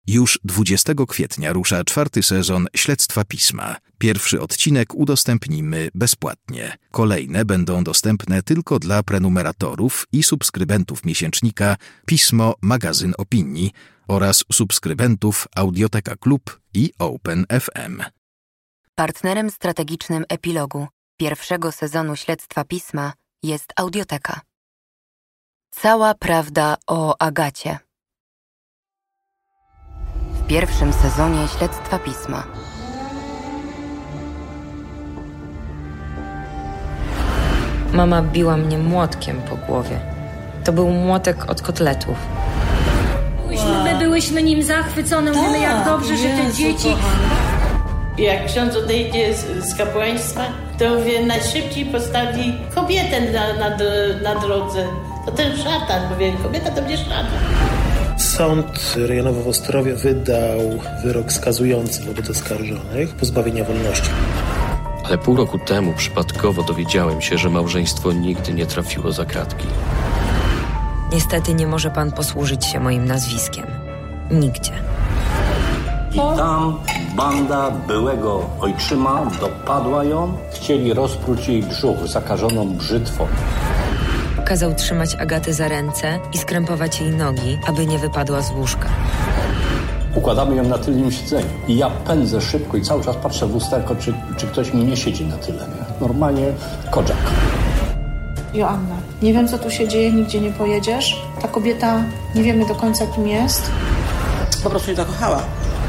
Już 20 kwietnia rusza 4. sezon Śledztwa Pisma. Pierwszy odcinek udostępnimy bezpłatnie. Kolejne będą dostępne tylko dla prenumeratorów i subskrybentów miesięcznika Pismo Magazyn Opinii oraz subskrybentów Audioteka Klub i Open FM. Partnerem strategicznym epilogu pierwszego sezonu Śledztwa Pisma jest Audioteka. Cała prawda o Agacie. W pierwszym sezonie Śledztwa Pisma. Mama biła mnie młotkiem po głowie. To był młotek od kotletów. My byłyśmy nim zachwycone, mówimy jak dobrze, że te dzieci... Jak ksiądz odejdzie z kapłaństwa, to mówię, najszybciej postawi kobietę na drodze. To ten szatan, mówię, kobieta to będzie szatan. Sąd rejonowy w Ostrowie wydał wyrok skazujący wobec oskarżonych pozbawienia wolności. Ale pół roku temu przypadkowo dowiedziałem się, że małżeństwo nigdy nie trafiło za kratki. Niestety nie może pan posłużyć się moim nazwiskiem. Nigdzie. I tam banda byłego ojczyma dopadła ją. Chcieli rozpróć jej brzuch zakażoną brzytwą. Kazał trzymać Agatę za ręce i skrępować jej nogi, aby nie wypadła z łóżka. Układamy ją na tylnym siedzeniu. I ja pędzę szybko i cały czas patrzę w lusterko, czy ktoś mi nie siedzi na tyle. Nie? Normalnie Kodzak. Joanna, nie wiem, co tu się dzieje, nigdzie nie pojedziesz. Ta kobieta, nie wiemy do końca, kim jest. Po prostu mnie zakochała.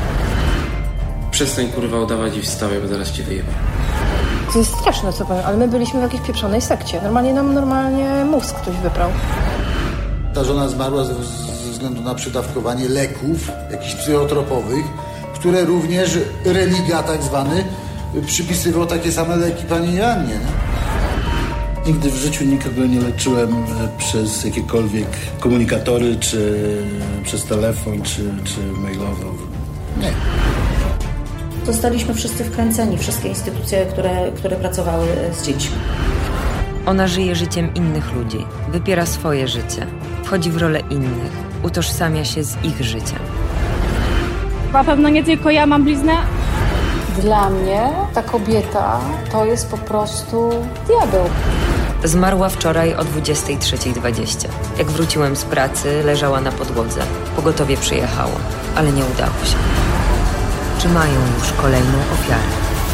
Przestań, kurwa, udawać i wstawaj, bo zaraz cię wyjebę. To jest straszne, co powiem, ale my byliśmy w jakiejś pieprzonej sekcie. Normalnie mózg ktoś wyprał. Ta żona zmarła ze względu na przedawkowanie leków, jakichś psychotropowych, które również religia tak zwany przypisywał takie same leki pani Joannie. Nigdy w życiu nikogo nie leczyłem przez jakiekolwiek komunikatory, czy przez telefon, czy mailowo. Nie. Zostaliśmy wszyscy wkręceni, wszystkie instytucje, które pracowały z dziećmi. Ona żyje życiem innych ludzi, wypiera swoje życie, wchodzi w rolę innych, utożsamia się z ich życiem. Na pewno nie tylko ja mam bliznę. Dla mnie ta kobieta to jest po prostu diabeł. Zmarła wczoraj o 23:20. Jak wróciłem z pracy, leżała na podłodze. Pogotowie przyjechało, ale nie udało się. Czy mają już kolejną ofiarę?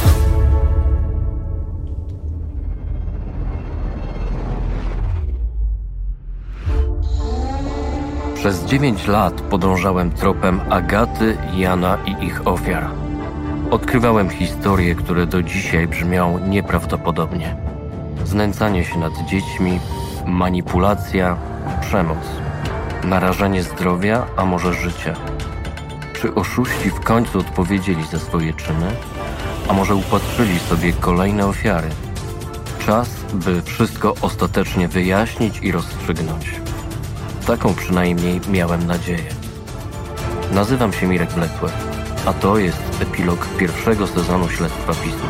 Przez 9 lat podążałem tropem Agaty, Jana i ich ofiar. Odkrywałem historie, które do dzisiaj brzmią nieprawdopodobnie. Znęcanie się nad dziećmi, manipulacja, przemoc, narażanie zdrowia, a może życia. Czy oszuści w końcu odpowiedzieli za swoje czyny, a może upatrzyli sobie kolejne ofiary? Czas, by wszystko ostatecznie wyjaśnić i rozstrzygnąć. Taką przynajmniej miałem nadzieję. Nazywam się Mirek Wletłe, a to jest epilog pierwszego sezonu Śledztwa Pisma.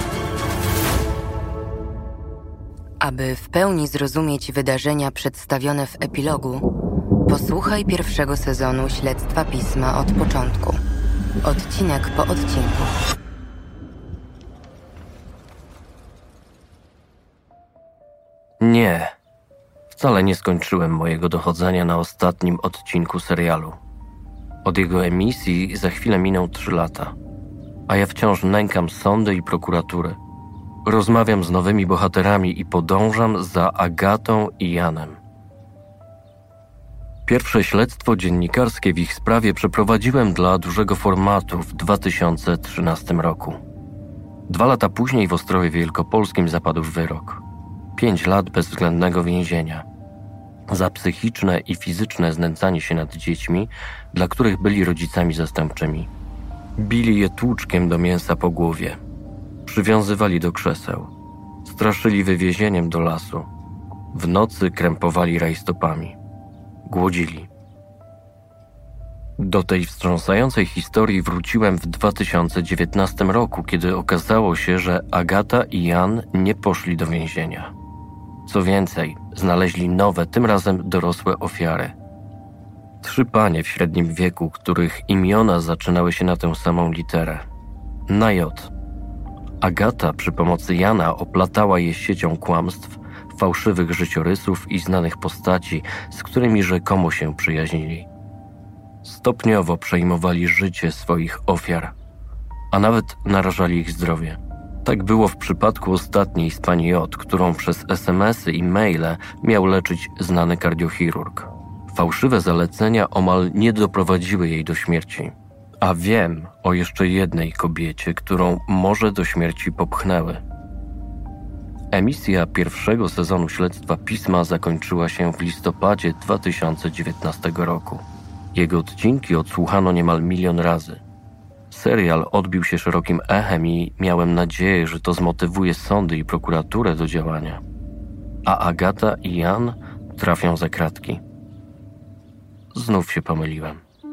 Aby w pełni zrozumieć wydarzenia przedstawione w epilogu, posłuchaj pierwszego sezonu Śledztwa Pisma od początku, odcinek po odcinku. Nie, wcale nie skończyłem mojego dochodzenia na ostatnim odcinku serialu. Od jego emisji za chwilę miną 3 lata, a ja wciąż nękam sądy i prokuraturę. Rozmawiam z nowymi bohaterami i podążam za Agatą i Janem. Pierwsze śledztwo dziennikarskie w ich sprawie przeprowadziłem dla dużego formatu w 2013 roku. 2 lata później w Ostrowie Wielkopolskim zapadł wyrok. 5 lat bezwzględnego więzienia. Za psychiczne i fizyczne znęcanie się nad dziećmi, dla których byli rodzicami zastępczymi. Bili je tłuczkiem do mięsa po głowie. Przywiązywali do krzeseł. Straszyli wywiezieniem do lasu. W nocy krępowali rajstopami. Głodzili. Do tej wstrząsającej historii wróciłem w 2019 roku, kiedy okazało się, że Agata i Jan nie poszli do więzienia. Co więcej, znaleźli nowe, tym razem dorosłe ofiary. 3 panie w średnim wieku, których imiona zaczynały się na tę samą literę. Na J. Agata przy pomocy Jana oplatała je siecią kłamstw, fałszywych życiorysów i znanych postaci, z którymi rzekomo się przyjaźnili. Stopniowo przejmowali życie swoich ofiar, a nawet narażali ich zdrowie. Tak było w przypadku ostatniej z pani J, którą przez SMS-y i maile miał leczyć znany kardiochirurg. Fałszywe zalecenia omal nie doprowadziły jej do śmierci. A wiem o jeszcze jednej kobiecie, którą może do śmierci popchnęły. Emisja pierwszego sezonu Śledztwa Pisma zakończyła się w listopadzie 2019 roku. Jego odcinki odsłuchano niemal 1 milion razy. Serial odbił się szerokim echem i miałem nadzieję, że to zmotywuje sądy i prokuraturę do działania. A Agata i Jan trafią za kratki. Znów się pomyliłem.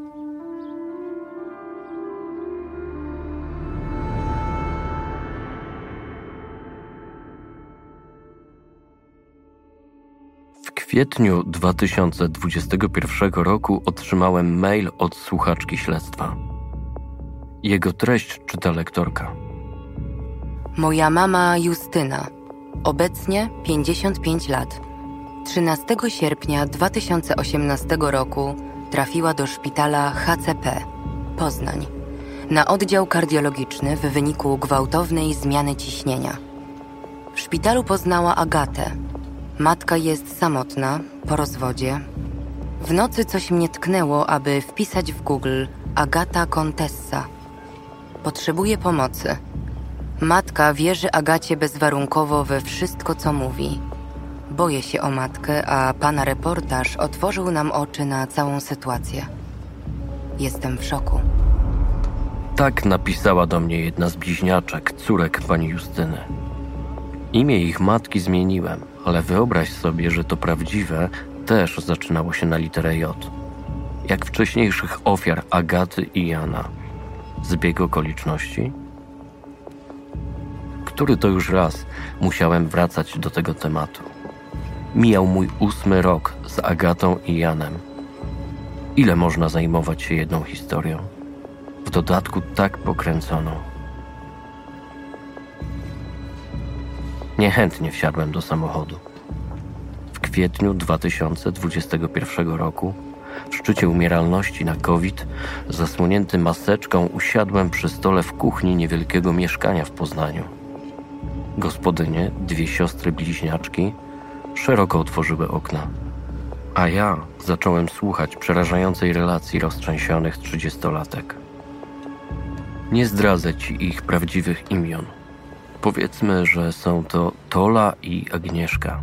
W kwietniu 2021 roku otrzymałem mail od słuchaczki śledztwa. Jego treść czyta lektorka. Moja mama Justyna, obecnie 55 lat. 13 sierpnia 2018 roku trafiła do szpitala HCP, Poznań, na oddział kardiologiczny w wyniku gwałtownej zmiany ciśnienia. W szpitalu poznała Agatę. Matka jest samotna, po rozwodzie. W nocy coś mnie tknęło, aby wpisać w Google Agata Contessa. Potrzebuje pomocy. Matka wierzy Agacie bezwarunkowo we wszystko, co mówi. Boję się o matkę, a pana reportaż otworzył nam oczy na całą sytuację. Jestem w szoku. Tak napisała do mnie jedna z bliźniaczek, córek pani Justyny. Imię ich matki zmieniłem, ale wyobraź sobie, że to prawdziwe też zaczynało się na literę J. Jak wcześniejszych ofiar Agaty i Jana. Zbieg okoliczności? Który to już raz musiałem wracać do tego tematu. Mijał mój 8. rok z Agatą i Janem. Ile można zajmować się jedną historią? W dodatku tak pokręconą. Niechętnie wsiadłem do samochodu. W kwietniu 2021 roku, w szczycie umieralności na COVID, zasłonięty maseczką, usiadłem przy stole w kuchni niewielkiego mieszkania w Poznaniu. Gospodynie, 2 siostry bliźniaczki, szeroko otworzyły okna. A ja zacząłem słuchać przerażającej relacji roztrzęsionych 30-latek. Nie zdradzę ci ich prawdziwych imion. Powiedzmy, że są to Tola i Agnieszka.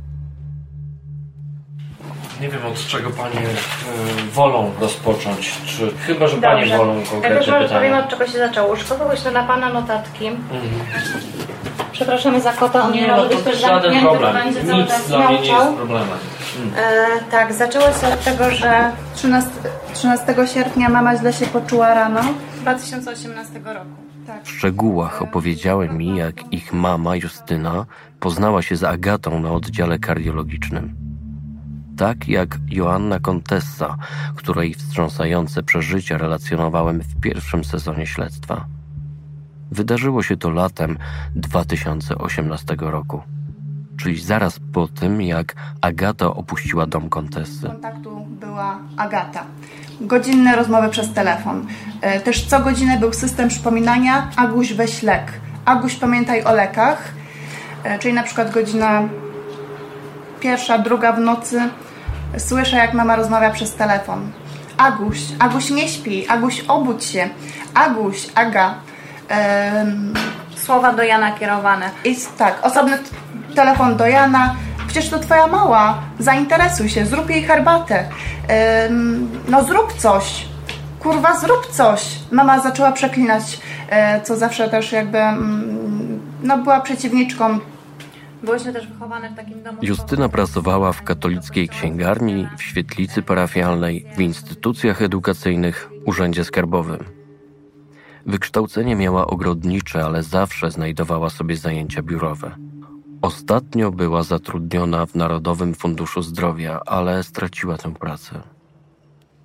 Nie wiem, od czego panie wolą rozpocząć, czy chyba, że panie wolą konkretne pytania. Może powiem, od czego się zaczęło. Szkowały się dla pana notatki. Przepraszamy za kota, on nie może być też żaden problem. Będzie Nic dla mnie nie jest problemem. Tak, zaczęło się od tego, że 13 sierpnia mama źle się poczuła rano 2018 roku. Tak. W szczegółach opowiedziały mi, jak ich mama Justyna poznała się z Agatą na oddziale kardiologicznym. Tak jak Joanna Contessa, której wstrząsające przeżycia relacjonowałem w pierwszym sezonie śledztwa. Wydarzyło się to latem 2018 roku, czyli zaraz po tym, jak Agata opuściła dom Contessy. W kontaktu była Agata. Godzinne rozmowy przez telefon. Też co godzinę był system przypominania: Aguś, weź lek. Aguś, pamiętaj o lekach. Czyli na przykład godzina 1, 2 w nocy słyszę, jak mama rozmawia przez telefon. Aguś nie śpi, Aguś obudź się, Aguś, Aga. Słowa do Jana kierowane. I tak, osobny telefon do Jana. Przecież to twoja mała, zainteresuj się, zrób jej herbatę. No zrób coś, kurwa zrób coś. Mama zaczęła przeklinać, co zawsze też jakby była przeciwniczką. Byłyśmy też wychowane w takim domu. Justyna pracowała w katolickiej księgarni, w świetlicy parafialnej, w instytucjach edukacyjnych, urzędzie skarbowym. Wykształcenie miała ogrodnicze, ale zawsze znajdowała sobie zajęcia biurowe. Ostatnio była zatrudniona w Narodowym Funduszu Zdrowia, ale straciła tę pracę.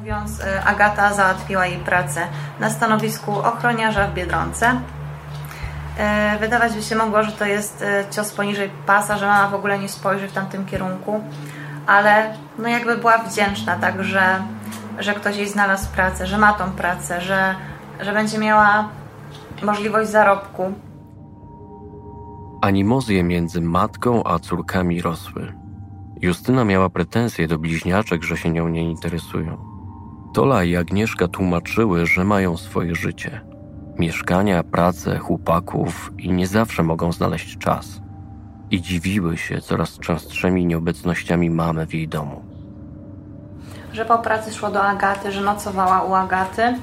mówiąc, Agata załatwiła jej pracę na stanowisku ochroniarza w Biedronce. Wydawać by się mogło, że to jest cios poniżej pasa, że mama w ogóle nie spojrzy w tamtym kierunku, ale no jakby była wdzięczna, tak, że ktoś jej znalazł pracę, że ma tą pracę, że będzie miała możliwość zarobku. Animozje między matką a córkami rosły. Justyna miała pretensje do bliźniaczek, że się nią nie interesują. Tola i Agnieszka tłumaczyły, że mają swoje życie. Mieszkania, pracę, chłopaków i nie zawsze mogą znaleźć czas. I dziwiły się coraz częstszymi nieobecnościami mamy w jej domu. Że po pracy szło do Agaty, że nocowała u Agaty.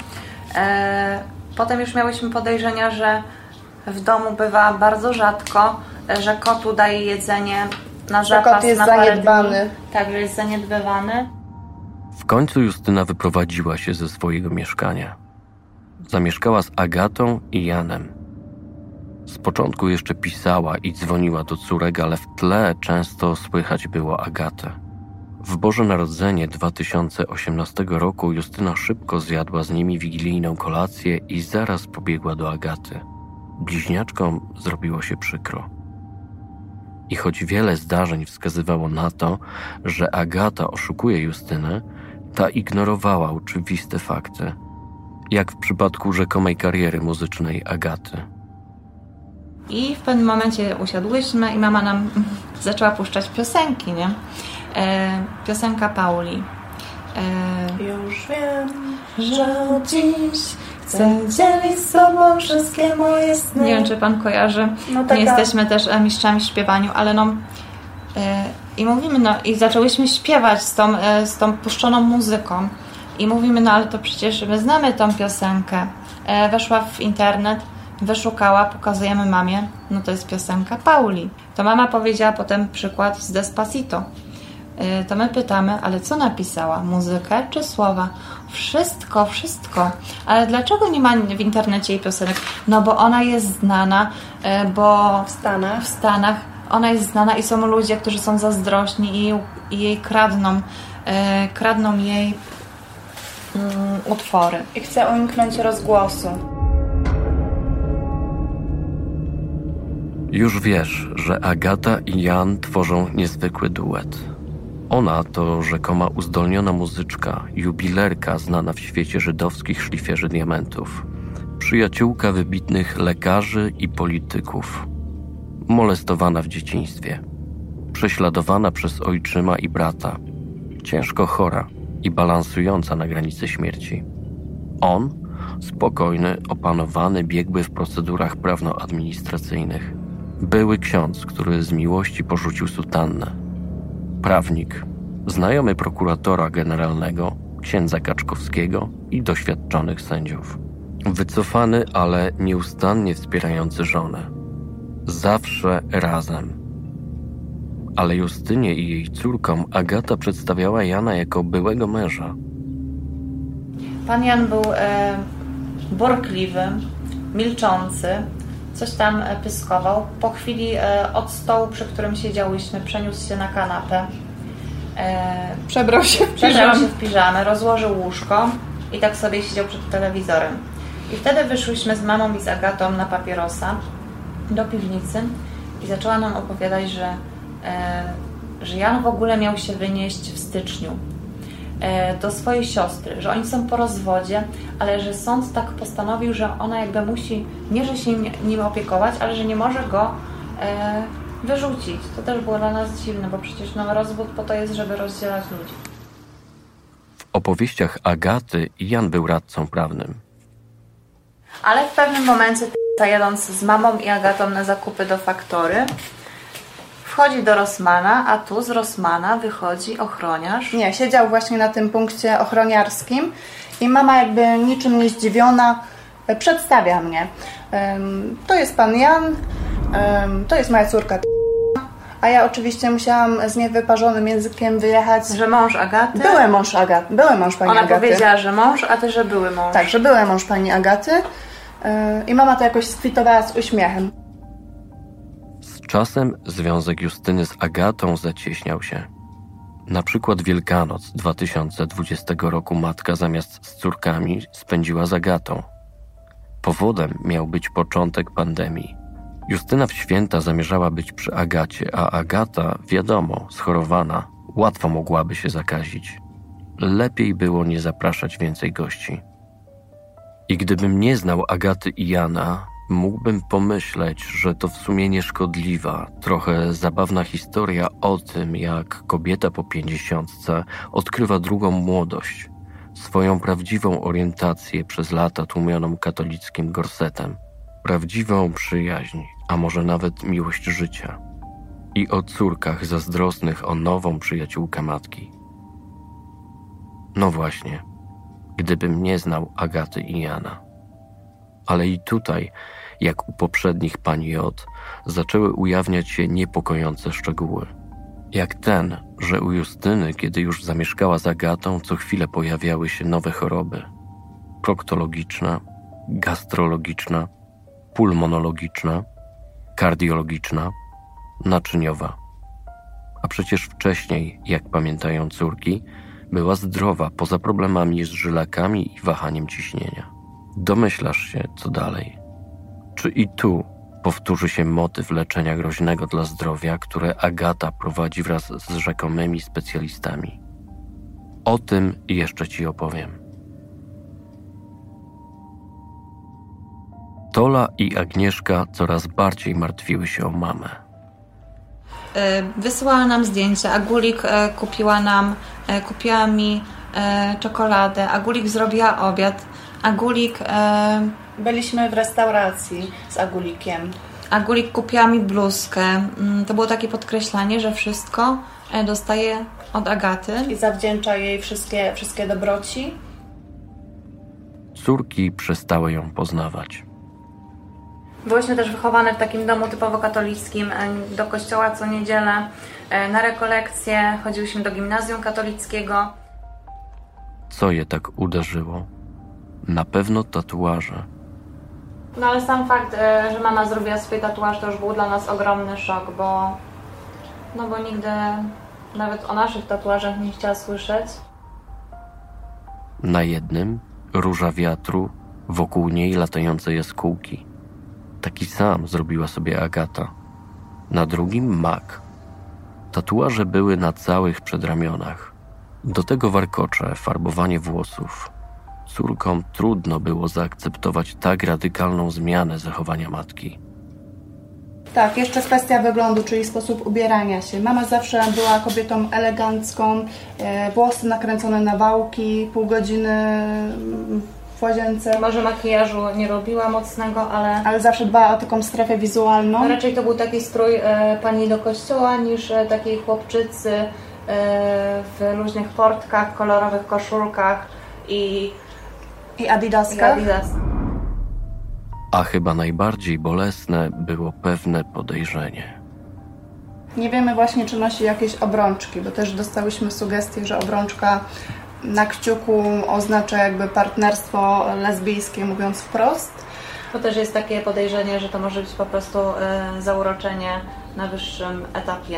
Potem już miałyśmy podejrzenia, że w domu bywa bardzo rzadko, że kotu daje jedzenie na zapas. Że kot jest na parę zaniedbany. dni. Tak, że jest zaniedbywany. W końcu Justyna wyprowadziła się ze swojego mieszkania. Zamieszkała z Agatą i Janem. Z początku jeszcze pisała i dzwoniła do córek, ale w tle często słychać było Agatę. W Boże Narodzenie 2018 roku Justyna szybko zjadła z nimi wigilijną kolację i zaraz pobiegła do Agaty. Bliźniaczkom zrobiło się przykro. I choć wiele zdarzeń wskazywało na to, że Agata oszukuje Justynę, ta ignorowała oczywiste fakty, jak w przypadku rzekomej kariery muzycznej Agaty. I w pewnym momencie usiadłyśmy i mama nam zaczęła puszczać piosenki, nie? Piosenka Pauli. Już wiem, że od dziś chcę dzielić z sobą wszystkie moje sny. Nie wiem, czy pan kojarzy. No taka... Nie jesteśmy też mistrzami w śpiewaniu, ale no i mówimy, no i zaczęłyśmy śpiewać z tą puszczoną muzyką. I mówimy, no ale to przecież my znamy tą piosenkę. Weszła w internet, wyszukała, pokazujemy mamie, no to jest piosenka Pauli. To mama powiedziała potem przykład z Despacito. To my pytamy, ale co napisała? Muzykę czy słowa? Wszystko, wszystko. Ale dlaczego nie ma w internecie jej piosenek? No bo ona jest znana, bo w Stanach ona jest znana i są ludzie, którzy są zazdrośni i jej kradną jej utwory. I chce uniknąć rozgłosu. Już wiesz, że Agata i Jan tworzą niezwykły duet. Ona to rzekoma uzdolniona muzyczka, jubilerka znana w świecie żydowskich szlifierzy diamentów. Przyjaciółka wybitnych lekarzy i polityków. Molestowana w dzieciństwie. Prześladowana przez ojczyma i brata. Ciężko chora i balansująca na granicy śmierci. On, spokojny, opanowany, biegły w procedurach prawno-administracyjnych. Były ksiądz, który z miłości porzucił sutannę. Prawnik, znajomy prokuratora generalnego, księdza Kaczkowskiego i doświadczonych sędziów. Wycofany, ale nieustannie wspierający żonę. Zawsze razem. Ale Justynie i jej córkom Agata przedstawiała Jana jako byłego męża. Pan Jan był borkliwy, milczący, coś tam pyskował. Po chwili od stołu, przy którym siedziałyśmy, przeniósł się na kanapę. Przebrał się w piżamę, rozłożył łóżko i tak sobie siedział przed telewizorem. I wtedy wyszłyśmy z mamą i z Agatą na papierosa do piwnicy i zaczęła nam opowiadać, że Jan w ogóle miał się wynieść w styczniu do swojej siostry, że oni są po rozwodzie, ale że sąd tak postanowił, że ona jakby musi, nie że się nim opiekować, ale że nie może go wyrzucić. To też było dla nas dziwne, bo przecież rozwód po to jest, żeby rozdzielać ludzi. W opowieściach Agaty Jan był radcą prawnym. Ale w pewnym momencie, jadąc z mamą i Agatą na zakupy do faktory, wchodzi do Rossmana, a tu z Rossmana wychodzi ochroniarz. Nie, siedział właśnie na tym punkcie ochroniarskim i mama jakby niczym nie zdziwiona przedstawia mnie. To jest pan Jan, to jest moja córka, a ja oczywiście musiałam z niewyparzonym językiem wyjechać. Że mąż Agaty? Były mąż pani Ona Agaty. Ona powiedziała, że mąż, a ty, że były mąż. Tak, że były mąż pani Agaty i mama to jakoś skwitowała z uśmiechem. Z czasem związek Justyny z Agatą zacieśniał się. Na przykład Wielkanoc 2020 roku matka zamiast z córkami spędziła z Agatą. Powodem miał być początek pandemii. Justyna w święta zamierzała być przy Agacie, a Agata, wiadomo, schorowana, łatwo mogłaby się zakazić. Lepiej było nie zapraszać więcej gości. I gdybym nie znał Agaty i Jana, mógłbym pomyśleć, że to w sumie nieszkodliwa, trochę zabawna historia o tym, jak kobieta po 50 odkrywa drugą młodość, swoją prawdziwą orientację przez lata tłumioną katolickim gorsetem, prawdziwą przyjaźń, a może nawet miłość życia. I o córkach zazdrosnych o nową przyjaciółkę matki. No właśnie, gdybym nie znał Agaty i Jana. Ale i tutaj, jak u poprzednich pani J, zaczęły ujawniać się niepokojące szczegóły. Jak ten, że u Justyny, kiedy już zamieszkała z Agatą, co chwilę pojawiały się nowe choroby. Proktologiczna, gastrologiczna, pulmonologiczna, kardiologiczna, naczyniowa. A przecież wcześniej, jak pamiętają córki, była zdrowa poza problemami z żylakami i wahaniem ciśnienia. Domyślasz się, co dalej. Czy i tu powtórzy się motyw leczenia groźnego dla zdrowia, które Agata prowadzi wraz z rzekomymi specjalistami? O tym jeszcze ci opowiem. Tola i Agnieszka coraz bardziej martwiły się o mamę. Wysyłała nam zdjęcia. Agulik kupiła mi czekoladę. Agulik zrobiła obiad. Agulik... Byliśmy w restauracji z Agulikiem. Agulik kupiła mi bluzkę. To było takie podkreślanie, że wszystko dostaje od Agaty. I zawdzięcza jej wszystkie dobroci. Córki przestały ją poznawać. Byłyśmy też wychowane w takim domu typowo katolickim, do kościoła co niedzielę, na rekolekcje, chodziłyśmy do gimnazjum katolickiego. Co je tak uderzyło? Na pewno tatuaże. No ale sam fakt, że mama zrobiła swój tatuaż, to już był dla nas ogromny szok, bo nigdy nawet o naszych tatuażach nie chciała słyszeć. Na jednym róża wiatru, wokół niej latające jaskółki. Taki sam zrobiła sobie Agata. Na drugim mak. Tatuaże były na całych przedramionach. Do tego warkocze, farbowanie włosów. Córkom trudno było zaakceptować tak radykalną zmianę zachowania matki. Tak, jeszcze kwestia wyglądu, czyli sposób ubierania się. Mama zawsze była kobietą elegancką, włosy nakręcone na wałki, pół godziny w łazience. Może makijażu nie robiła mocnego, ale zawsze dbała o taką strefę wizualną. Raczej to był taki strój pani do kościoła niż takiej chłopczycy w luźnych portkach, kolorowych koszulkach i adidaskach. A chyba najbardziej bolesne było pewne podejrzenie. Nie wiemy właśnie, czy nosi jakieś obrączki, bo też dostałyśmy sugestię, że obrączka na kciuku oznacza jakby partnerstwo lesbijskie, mówiąc wprost. To też jest takie podejrzenie, że to może być po prostu zauroczenie na wyższym etapie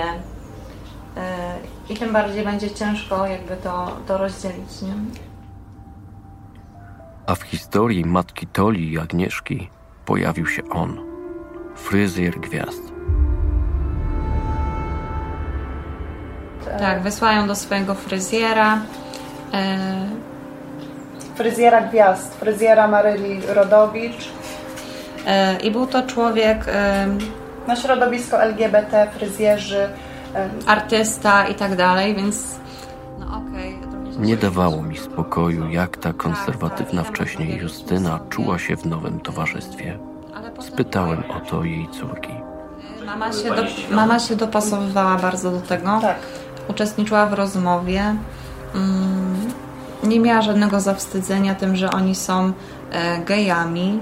i tym bardziej będzie ciężko jakby to rozdzielić, nie? A w historii matki Toli i Agnieszki pojawił się on, fryzjer gwiazd. Tak, wysłają do swojego fryzjera. Fryzjera gwiazd, fryzjera Maryli Rodowicz. I był to człowiek... Na środowisko LGBT, fryzjerzy, artysta i tak dalej, więc nie dawało mi spokoju, jak ta konserwatywna wcześniej Justyna czuła się w nowym towarzystwie. Spytałem o to jej córki. Mama się dopasowywała bardzo do tego. Tak. Uczestniczyła w rozmowie. Nie miała żadnego zawstydzenia tym, że oni są gejami.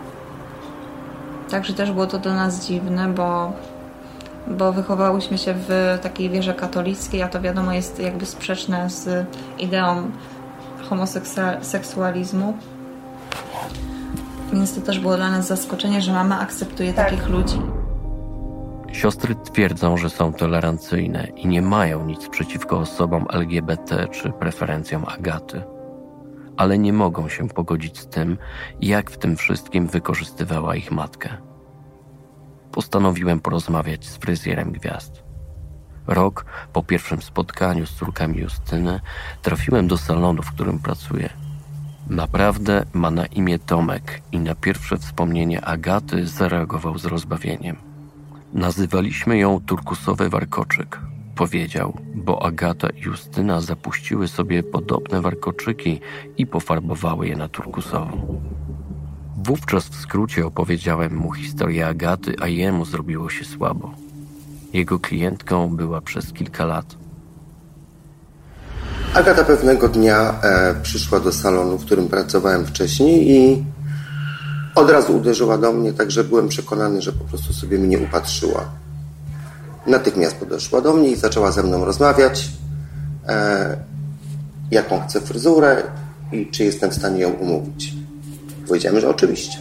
Także też było to dla nas dziwne, bo wychowałyśmy się w takiej wierze katolickiej, a to wiadomo jest jakby sprzeczne z ideą homoseksualizmu. Więc to też było dla nas zaskoczenie, że mama akceptuje takich ludzi. Siostry twierdzą, że są tolerancyjne i nie mają nic przeciwko osobom LGBT czy preferencjom Agaty. Ale nie mogą się pogodzić z tym, jak w tym wszystkim wykorzystywała ich matkę. Postanowiłem porozmawiać z fryzjerem gwiazd. Rok po pierwszym spotkaniu z córkami Justyny trafiłem do salonu, w którym pracuję. Naprawdę ma na imię Tomek i na pierwsze wspomnienie Agaty zareagował z rozbawieniem. Nazywaliśmy ją turkusowy warkoczyk, powiedział, bo Agata i Justyna zapuściły sobie podobne warkoczyki i pofarbowały je na turkusową. Wówczas w skrócie opowiedziałem mu historię Agaty, a jemu zrobiło się słabo. Jego klientką była przez kilka lat. Agata pewnego dnia przyszła do salonu, w którym pracowałem wcześniej i od razu uderzyła do mnie, także byłem przekonany, że po prostu sobie mnie upatrzyła. Natychmiast podeszła do mnie i zaczęła ze mną rozmawiać, jaką chcę fryzurę i czy jestem w stanie ją umówić. Powiedziałem, że oczywiście.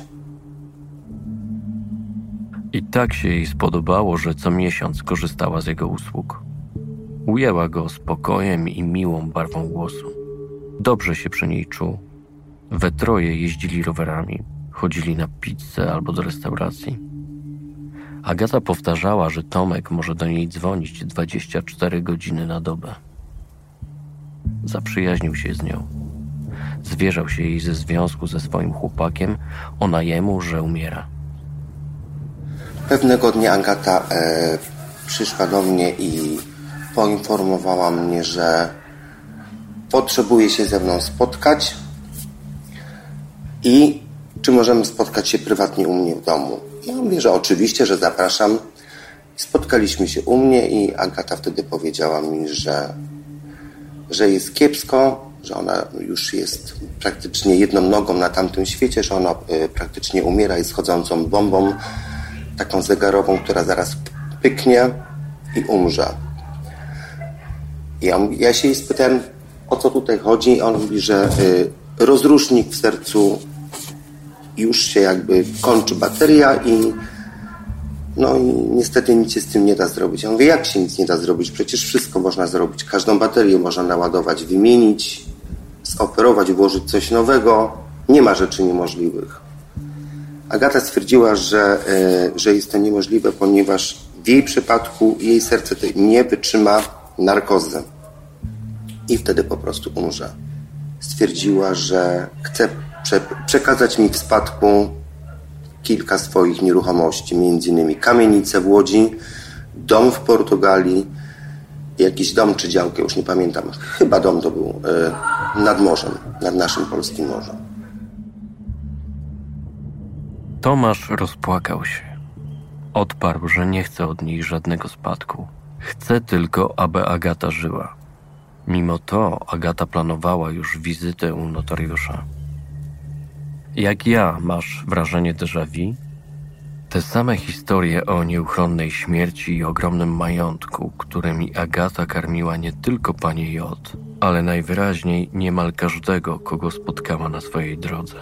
I tak się jej spodobało, że co miesiąc korzystała z jego usług. Ujęła go spokojem i miłą barwą głosu. Dobrze się przy niej czuł. We troje jeździli rowerami, chodzili na pizzę albo do restauracji. Agata powtarzała, że Tomek może do niej dzwonić 24 godziny na dobę. Zaprzyjaźnił się z nią. Zwierzał się jej ze związku ze swoim chłopakiem, ona jemu, że umiera. Pewnego dnia Agata przyszła do mnie i poinformowała mnie, że potrzebuje się ze mną spotkać i czy możemy spotkać się prywatnie u mnie w domu. Ja mówię, że oczywiście, że zapraszam. Spotkaliśmy się u mnie i Agata wtedy powiedziała mi, że jest kiepsko, że ona już jest praktycznie jedną nogą na tamtym świecie, że ona praktycznie umiera, jest chodzącą bombą, taką zegarową, która zaraz pyknie i umrze. Ja się jej spytałem, o co tutaj chodzi, i on mówi, że rozrusznik w sercu już się jakby kończy bateria i niestety nic się z tym nie da zrobić. Ja mówię, jak się nic nie da zrobić? Przecież wszystko można zrobić. Każdą baterię można naładować, wymienić, zoperować, włożyć coś nowego. Nie ma rzeczy niemożliwych. Agata stwierdziła, że jest to niemożliwe, ponieważ w jej przypadku jej serce nie wytrzyma narkozy. I wtedy po prostu umrze. Stwierdziła, że chce przekazać mi w spadku kilka swoich nieruchomości, m.in. kamienicę w Łodzi, dom w Portugalii, jakiś dom czy działkę, już nie pamiętam. Chyba dom to był nad morzem, nad naszym polskim morzem. Tomasz rozpłakał się. Odparł, że nie chce od niej żadnego spadku. Chce tylko, aby Agata żyła. Mimo to Agata planowała już wizytę u notariusza. Jak ja, masz wrażenie déjà vu? Te same historie o nieuchronnej śmierci i ogromnym majątku, którymi Agata karmiła nie tylko panię J, ale najwyraźniej niemal każdego, kogo spotkała na swojej drodze.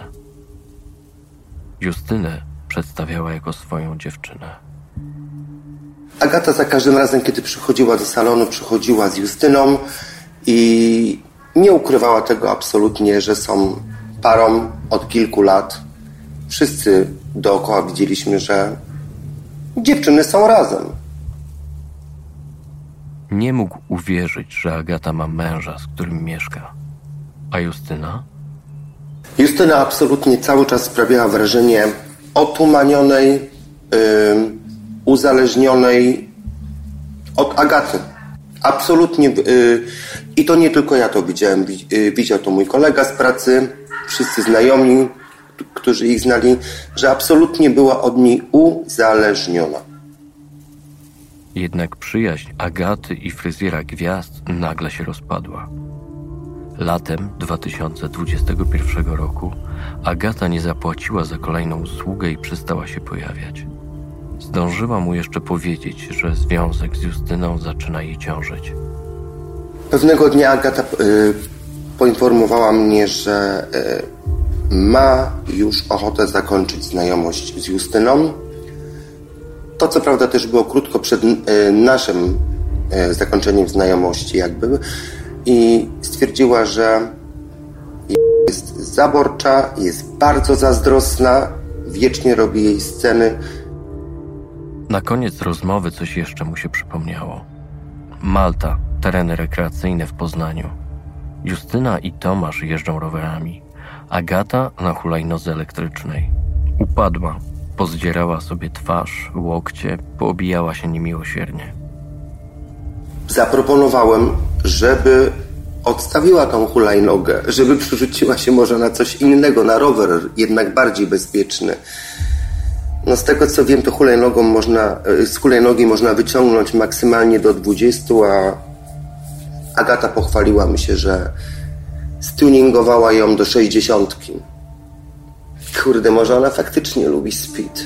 Justynę przedstawiała jako swoją dziewczynę. Agata za każdym razem, kiedy przychodziła do salonu, przychodziła z Justyną i nie ukrywała tego absolutnie, że są parą od kilku lat. Wszyscy dookoła widzieliśmy, że dziewczyny są razem. Nie mógł uwierzyć, że Agata ma męża, z którym mieszka. A Justyna? Justyna absolutnie cały czas sprawiała wrażenie otumanionej, uzależnionej od Agaty. Absolutnie. I to nie tylko ja to widziałem. Widział to mój kolega z pracy, wszyscy znajomi, którzy ich znali, że absolutnie była od niej uzależniona. Jednak przyjaźń Agaty i fryzjera gwiazd nagle się rozpadła. Latem 2021 roku Agata nie zapłaciła za kolejną usługę i przestała się pojawiać. Zdążyła mu jeszcze powiedzieć, że związek z Justyną zaczyna jej ciążyć. Pewnego dnia Agata poinformowała mnie, że ma już ochotę zakończyć znajomość z Justyną To co prawda też było krótko przed naszym zakończeniem znajomości jakby i stwierdziła, że jest zaborcza, jest bardzo zazdrosna, wiecznie robi jej sceny. Na koniec rozmowy coś jeszcze mu się przypomniało. Malta, tereny rekreacyjne w Poznaniu. Justyna i Tomasz jeżdżą rowerami. Agata na hulajnodze elektrycznej. Upadła, pozdzierała sobie twarz, łokcie, poobijała się niemiłosiernie. Zaproponowałem, żeby odstawiła tą hulajnogę, żeby przerzuciła się może na coś innego, na rower, jednak bardziej bezpieczny. No z tego co wiem, to z hulajnogi można wyciągnąć maksymalnie do 20, a Agata pochwaliła mi się, że stuningowała ją do 60. Kurde, może ona faktycznie lubi speed.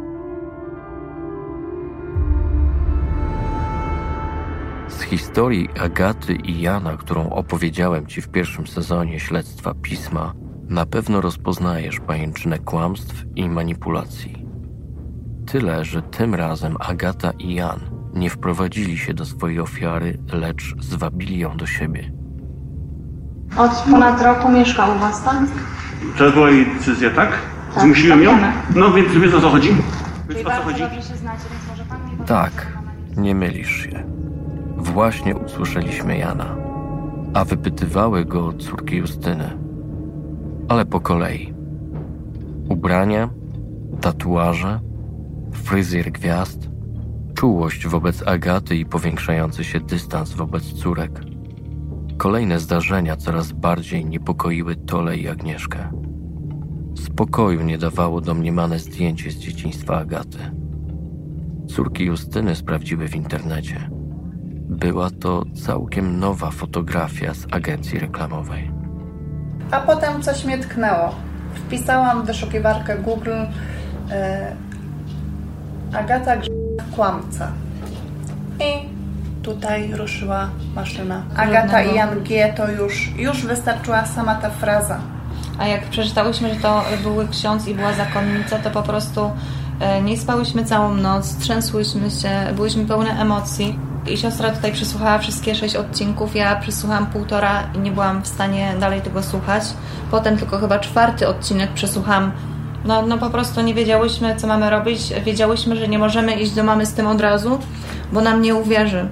Z historii Agaty i Jana, którą opowiedziałem Ci w pierwszym sezonie Śledztwa Pisma, na pewno rozpoznajesz pajęczynę kłamstw i manipulacji. Tyle, że tym razem Agata i Jan nie wprowadzili się do swojej ofiary, lecz zwabili ją do siebie. Od ponad roku mieszka u was, tak? To była jej decyzja, tak? Tak, zmusiłem ją? wiemy. No więc wiesz o co chodzi? Czyli bardzo dobrze się znacie, więc może pan mi... Tak, nie mylisz się. Właśnie usłyszeliśmy Jana, a wypytywały go córki Justyny. Ale po kolei. Ubrania, tatuaże, fryzjer gwiazd, czułość wobec Agaty i powiększający się dystans wobec córek. Kolejne zdarzenia coraz bardziej niepokoiły Tolę i Agnieszkę. Spokoju nie dawało domniemane zdjęcie z dzieciństwa Agaty. Córki Justyny sprawdziły w internecie. Była to całkiem nowa fotografia z agencji reklamowej. A potem coś mnie tknęło. Wpisałam w wyszukiwarkę Google Agata kłamca. I tutaj ruszyła maszyna. Agata i Jan G. to już wystarczyła sama ta fraza. A jak przeczytałyśmy, że to były ksiądz i była zakonnica, to po prostu nie spałyśmy całą noc, trzęsłyśmy się, byłyśmy pełne emocji. I siostra tutaj przesłuchała wszystkie 6 odcinków, ja przesłuchałam 1,5 i nie byłam w stanie dalej tego słuchać. Potem tylko chyba 4 odcinek przesłuchałam. No po prostu nie wiedziałyśmy, co mamy robić. Wiedziałyśmy, że nie możemy iść do mamy z tym od razu, bo nam nie uwierzy.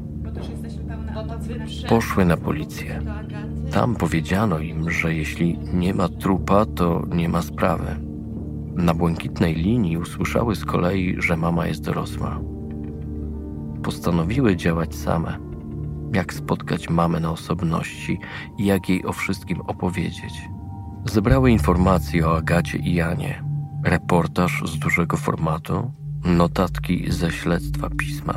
Poszły na policję. Tam powiedziano im, że jeśli nie ma trupa, to nie ma sprawy. Na błękitnej linii usłyszały z kolei, że mama jest dorosła. Postanowiły działać same. Jak spotkać mamę na osobności i jak jej o wszystkim opowiedzieć. Zebrały informacje o Agacie i Janie, reportaż z dużego formatu, notatki ze Śledztwa Pisma.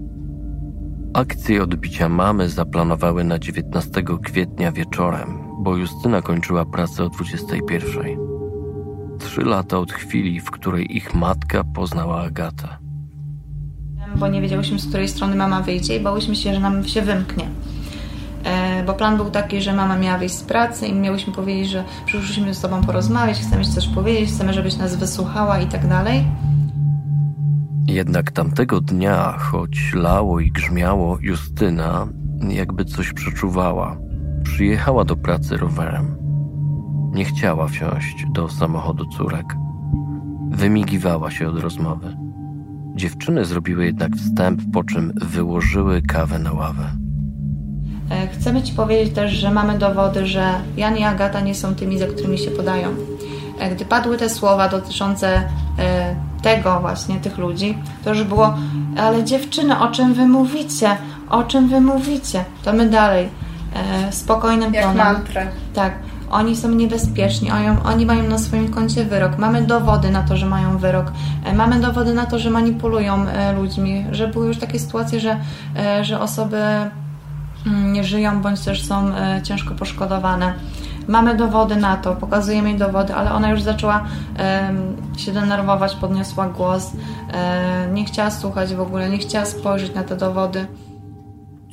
Akcję odbicia mamy zaplanowały na 19 kwietnia wieczorem, bo Justyna kończyła pracę o 21. 3 lata od chwili, w której ich matka poznała Agatę. Bo nie wiedziałyśmy, z której strony mama wyjdzie i bałyśmy się, że nam się wymknie. Bo plan był taki, że mama miała wyjść z pracy i miałyśmy powiedzieć, że przyszłyśmy z tobą porozmawiać, chcemy ci coś powiedzieć, chcemy, żebyś nas wysłuchała i tak dalej. Jednak tamtego dnia, choć lało i grzmiało, Justyna jakby coś przeczuwała. Przyjechała do pracy rowerem. Nie chciała wsiąść do samochodu córek. Wymigiwała się od rozmowy. Dziewczyny zrobiły jednak wstęp, po czym wyłożyły kawę na ławę. Chcemy ci powiedzieć też, że mamy dowody, że Jan i Agata nie są tymi, za którymi się podają. Gdy padły te słowa dotyczące tego właśnie, tych ludzi, to już było, ale dziewczyny, o czym wy mówicie? O czym wy mówicie? To my dalej, spokojnym tonem. Jak mantrę. Tak. Oni są niebezpieczni, oni mają na swoim koncie wyrok. Mamy dowody na to, że mają wyrok. Mamy dowody na to, że manipulują ludźmi, że były już takie sytuacje, że osoby nie żyją, bądź też są ciężko poszkodowane. Mamy dowody na to, pokazujemy jej dowody, ale ona już zaczęła się denerwować, podniosła głos, nie chciała słuchać w ogóle, nie chciała spojrzeć na te dowody.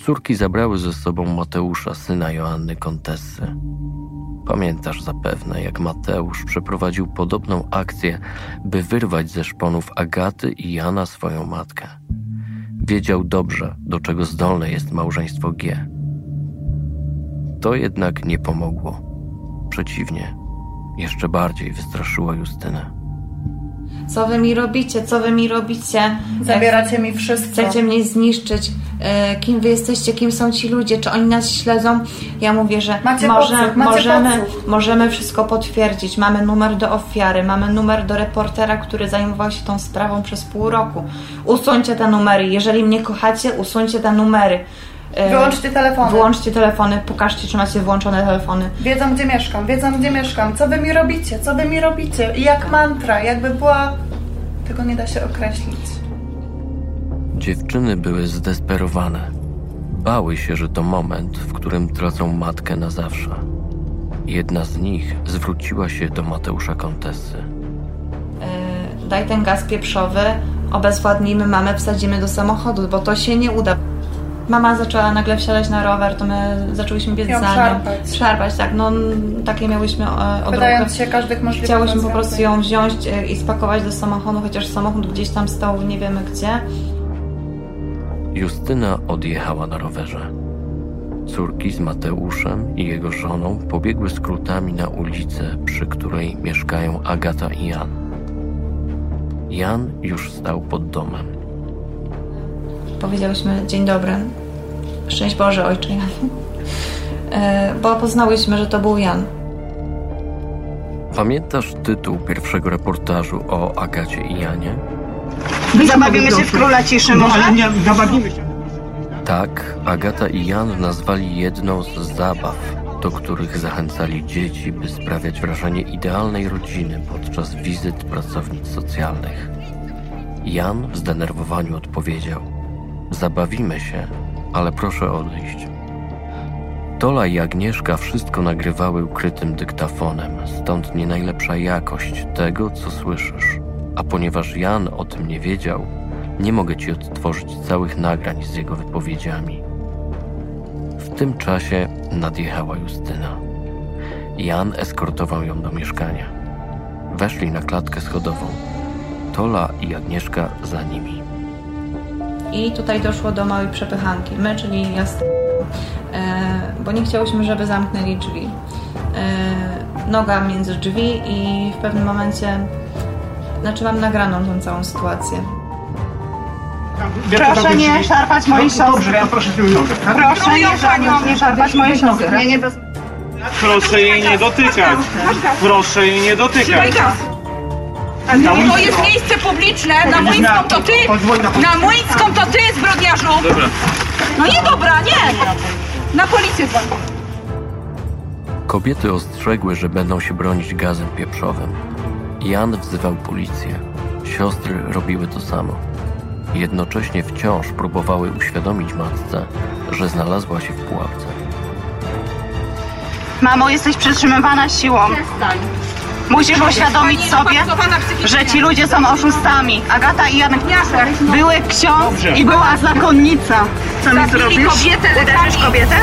Córki zabrały ze sobą Mateusza, syna Joanny Kontessy. Pamiętasz zapewne, jak Mateusz przeprowadził podobną akcję, by wyrwać ze szponów Agaty i Jana swoją matkę. Wiedział dobrze, do czego zdolne jest małżeństwo G. To jednak nie pomogło. Przeciwnie, jeszcze bardziej wystraszyło Justynę. Co wy mi robicie? Co wy mi robicie? Zabieracie mi wszystko. Chcecie mnie zniszczyć. Kim wy jesteście? Kim są ci ludzie? Czy oni nas śledzą? Ja mówię, że możemy wszystko potwierdzić. Mamy numer do ofiary, mamy numer do reportera, który zajmował się tą sprawą przez pół roku. Usuńcie te numery. Jeżeli mnie kochacie, usuńcie te numery. Wyłączcie telefony. Wyłączcie telefony, pokażcie, czy macie włączone telefony. Wiedzą, gdzie mieszkam. Co wy mi robicie? Co wy mi robicie? I jak mantra, jakby była... Tego nie da się określić. Dziewczyny były zdesperowane. Bały się, że to moment, w którym tracą matkę na zawsze. Jedna z nich zwróciła się do Mateusza Kontessy. Daj ten gaz pieprzowy, obezwładnijmy mamę, wsadzimy do samochodu, bo to się nie uda. Mama zaczęła nagle wsiadać na rower, to my zaczęłyśmy biec za nią. Szarpać, tak, no takie miałyśmy odruchy. Wydając się każdych możliwych Chciałyśmy po prostu ją wziąć i spakować do samochodu, chociaż samochód gdzieś tam stał, nie wiemy gdzie. Justyna odjechała na rowerze. Córki z Mateuszem i jego żoną pobiegły skrótami na ulicę, przy której mieszkają Agata i Jan. Jan już stał pod domem. Powiedziałyśmy dzień dobry, szczęść Boże, ojcze Jan, bo poznałyśmy, że to był Jan. Pamiętasz tytuł pierwszego reportażu o Agacie i Janie? Zabawimy się w Króla Ciszy, może? No ale nie, zabawimy się. Tak, Agata i Jan nazwali jedną z zabaw, do których zachęcali dzieci, by sprawiać wrażenie idealnej rodziny podczas wizyt pracownic socjalnych. Jan w zdenerwowaniu odpowiedział: zabawimy się, ale proszę odejść. Tola i Agnieszka wszystko nagrywały ukrytym dyktafonem, stąd nie najlepsza jakość tego, co słyszysz. A ponieważ Jan o tym nie wiedział, nie mogę ci odtworzyć całych nagrań z jego wypowiedziami. W tym czasie nadjechała Justyna. Jan eskortował ją do mieszkania. Weszli na klatkę schodową. Tola i Agnieszka za nimi. I tutaj doszło do małej przepychanki. My, czyli ja bo nie chciałyśmy, żeby zamknęli drzwi. Noga między drzwi i w pewnym momencie mam nagraną tą całą sytuację. Proszę nie szarpać mojej siostry. Dobrze, to proszę się nogę. Proszę nie szarpać mojej siostry. Proszę jej nie dotykać. Proszę jej nie dotykać. To jest miejsce publiczne, na Młyńską to ty! Na Młyńską to ty, zbrodniarzu! Dobra. No nie dobra, nie! Na policję dzwoń. Kobiety ostrzegły, że będą się bronić gazem pieprzowym. Jan wzywał policję. Siostry robiły to samo. Jednocześnie wciąż próbowały uświadomić matce, że znalazła się w pułapce. Mamo, jesteś przetrzymywana siłą. Przestań. Musisz uświadomić sobie, że ci ludzie są oszustami. Agata i Janek były ksiądz i była zakonnica. Co mi zrobisz? Kobietę, uderzysz kobietę?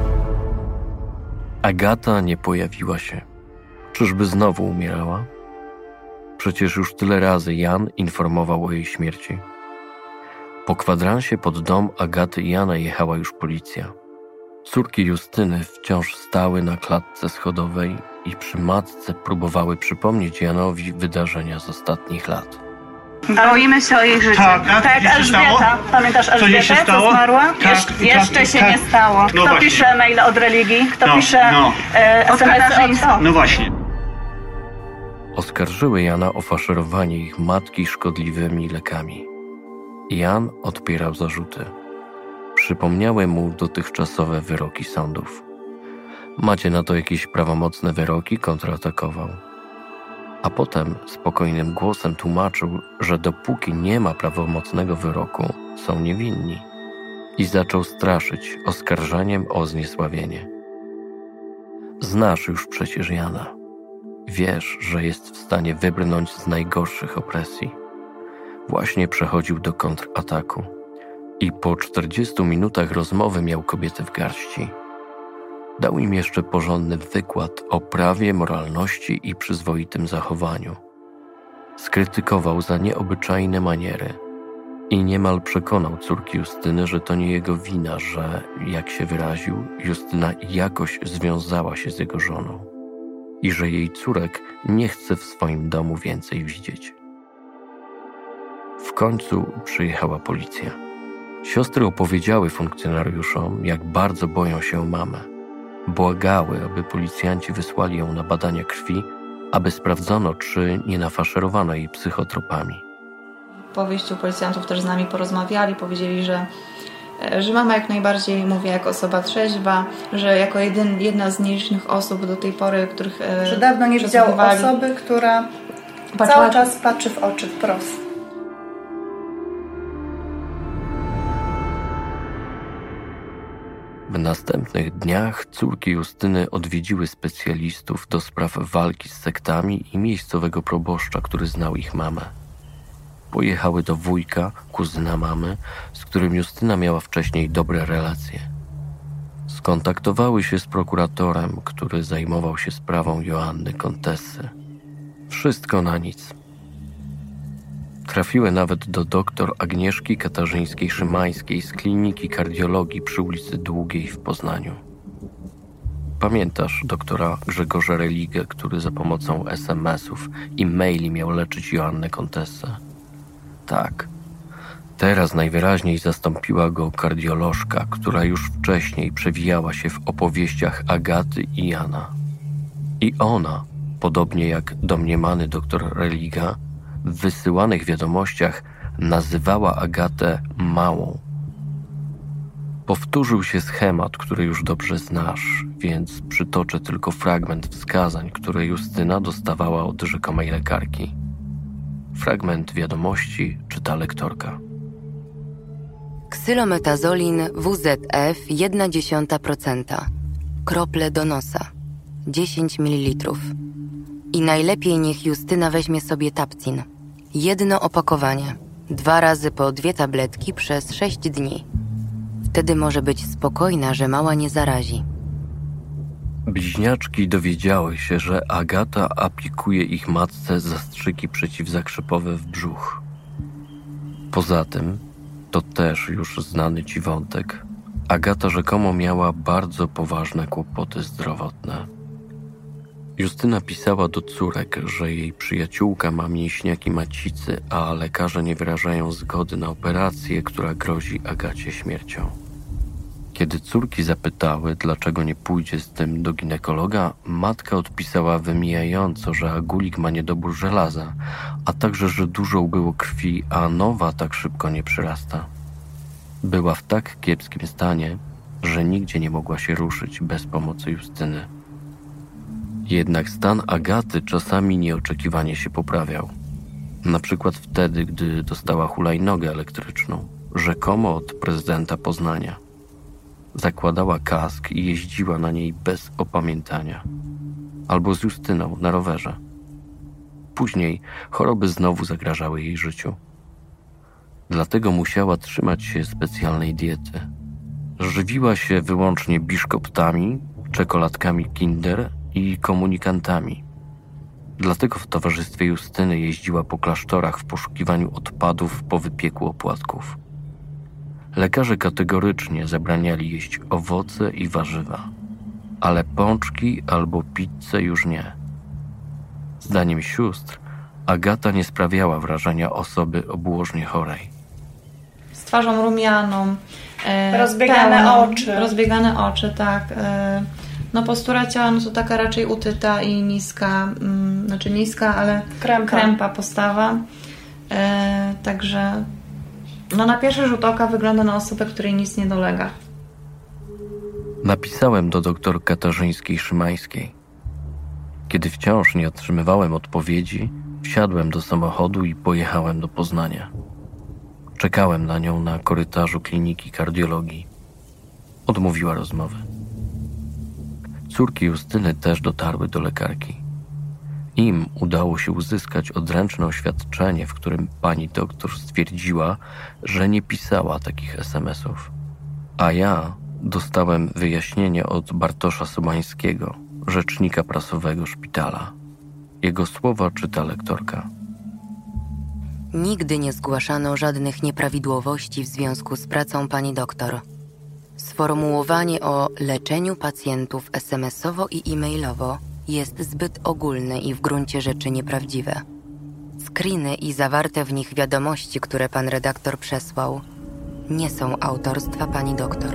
Agata nie pojawiła się. Czyżby znowu umierała? Przecież już tyle razy Jan informował o jej śmierci. Po kwadransie pod dom Agaty i Jana jechała już policja. Córki Justyny wciąż stały na klatce schodowej i przy matce próbowały przypomnieć Janowi wydarzenia z ostatnich lat. Boimy się o jej życie. Tak, Elżbieta. Pamiętasz Elżbietę, co zmarła? Jeszcze się nie stało. Kto pisze maile od religii? Kto pisze SMS-y od... No właśnie. Oskarżyły Jana o faszerowanie ich matki szkodliwymi lekami. Jan odpierał zarzuty. Przypomniały mu dotychczasowe wyroki sądów. Macie na to jakieś prawomocne wyroki? Kontratakował. A potem spokojnym głosem tłumaczył, że dopóki nie ma prawomocnego wyroku, są niewinni. I zaczął straszyć oskarżaniem o zniesławienie. Znasz już przecież Jana. Wiesz, że jest w stanie wybrnąć z najgorszych opresji. Właśnie przechodził do kontrataku. I po 40 minutach rozmowy miał kobiety w garści. Dał im jeszcze porządny wykład o prawie, moralności i przyzwoitym zachowaniu. Skrytykował za nieobyczajne maniery i niemal przekonał córki Justyny, że to nie jego wina, że, jak się wyraził, Justyna jakoś związała się z jego żoną i że jej córek nie chce w swoim domu więcej widzieć. W końcu przyjechała policja. Siostry opowiedziały funkcjonariuszom, jak bardzo boją się mamy. Błagały, aby policjanci wysłali ją na badania krwi, aby sprawdzono, czy nie nafaszerowano jej psychotropami. Po wyjściu policjantów też z nami porozmawiali, powiedzieli, że mama jak najbardziej mówi jak osoba trzeźwa, że jako jedna z nielicznych osób do tej pory, których że dawno nie widziała osoby, która cały czas patrzy w oczy wprost. W następnych dniach córki Justyny odwiedziły specjalistów do spraw walki z sektami i miejscowego proboszcza, który znał ich mamę. Pojechały do wujka, kuzyna mamy, z którym Justyna miała wcześniej dobre relacje. Skontaktowały się z prokuratorem, który zajmował się sprawą Joanny Kontessy. Wszystko na nic. Trafiły nawet do doktor Agnieszki Katarzyńskiej-Szymańskiej z kliniki kardiologii przy ulicy Długiej w Poznaniu. Pamiętasz doktora Grzegorza Religę, który za pomocą SMS-ów i maili miał leczyć Joannę Kontessę? Tak. Teraz najwyraźniej zastąpiła go kardiolożka, która już wcześniej przewijała się w opowieściach Agaty i Jana. I ona, podobnie jak domniemany doktor Religa, w wysyłanych wiadomościach nazywała Agatę małą. Powtórzył się schemat, który już dobrze znasz, więc przytoczę tylko fragment wskazań, które Justyna dostawała od rzekomej lekarki. Fragment wiadomości czyta lektorka. Ksylometazoline WZF 0,1%. Krople do nosa. 10 ml. I najlepiej niech Justyna weźmie sobie Tapcin. 1 opakowanie. 2 razy po 2 tabletki przez 6 dni. Wtedy może być spokojna, że mała nie zarazi. Bliźniaczki dowiedziały się, że Agata aplikuje ich matce zastrzyki przeciwzakrzepowe w brzuch. Poza tym, to też już znany ci wątek, Agata rzekomo miała bardzo poważne kłopoty zdrowotne. Justyna pisała do córek, że jej przyjaciółka ma mięśniaki macicy, a lekarze nie wyrażają zgody na operację, która grozi Agacie śmiercią. Kiedy córki zapytały, dlaczego nie pójdzie z tym do ginekologa, matka odpisała wymijająco, że Agulik ma niedobór żelaza, a także, że dużo ubyło krwi, a nowa tak szybko nie przyrasta. Była w tak kiepskim stanie, że nigdzie nie mogła się ruszyć bez pomocy Justyny. Jednak stan Agaty czasami nieoczekiwanie się poprawiał. Na przykład wtedy, gdy dostała hulajnogę elektryczną, rzekomo od prezydenta Poznania. Zakładała kask i jeździła na niej bez opamiętania. Albo z Justyną na rowerze. Później choroby znowu zagrażały jej życiu. Dlatego musiała trzymać się specjalnej diety. Żywiła się wyłącznie biszkoptami, czekoladkami Kinder i komunikantami. Dlatego w towarzystwie Justyny jeździła po klasztorach w poszukiwaniu odpadów po wypieku opłatków. Lekarze kategorycznie zabraniali jeść owoce i warzywa, ale pączki albo pizzę już nie. Zdaniem sióstr, Agata nie sprawiała wrażenia osoby obłożnie chorej. Z twarzą rumianą, rozbiegane oczy. Rozbiegane oczy, tak. No postura ciała no to taka raczej utyta i niska, znaczy niska, ale krępa postawa. Także no na pierwszy rzut oka wygląda na osobę, której nic nie dolega. Napisałem do doktor Katarzyńskiej-Szymańskiej. Kiedy wciąż nie otrzymywałem odpowiedzi, wsiadłem do samochodu i pojechałem do Poznania. Czekałem na nią na korytarzu kliniki kardiologii. Odmówiła rozmowy. Córki Justyny też dotarły do lekarki. Im udało się uzyskać odręczne oświadczenie, w którym pani doktor stwierdziła, że nie pisała takich SMS-ów. A ja dostałem wyjaśnienie od Bartosza Sobańskiego, rzecznika prasowego szpitala. Jego słowa czyta lektorka. Nigdy nie zgłaszano żadnych nieprawidłowości w związku z pracą pani doktor. Sformułowanie o leczeniu pacjentów SMS-owo i e-mailowo jest zbyt ogólne i w gruncie rzeczy nieprawdziwe. Screeny i zawarte w nich wiadomości, które pan redaktor przesłał, nie są autorstwa pani doktor.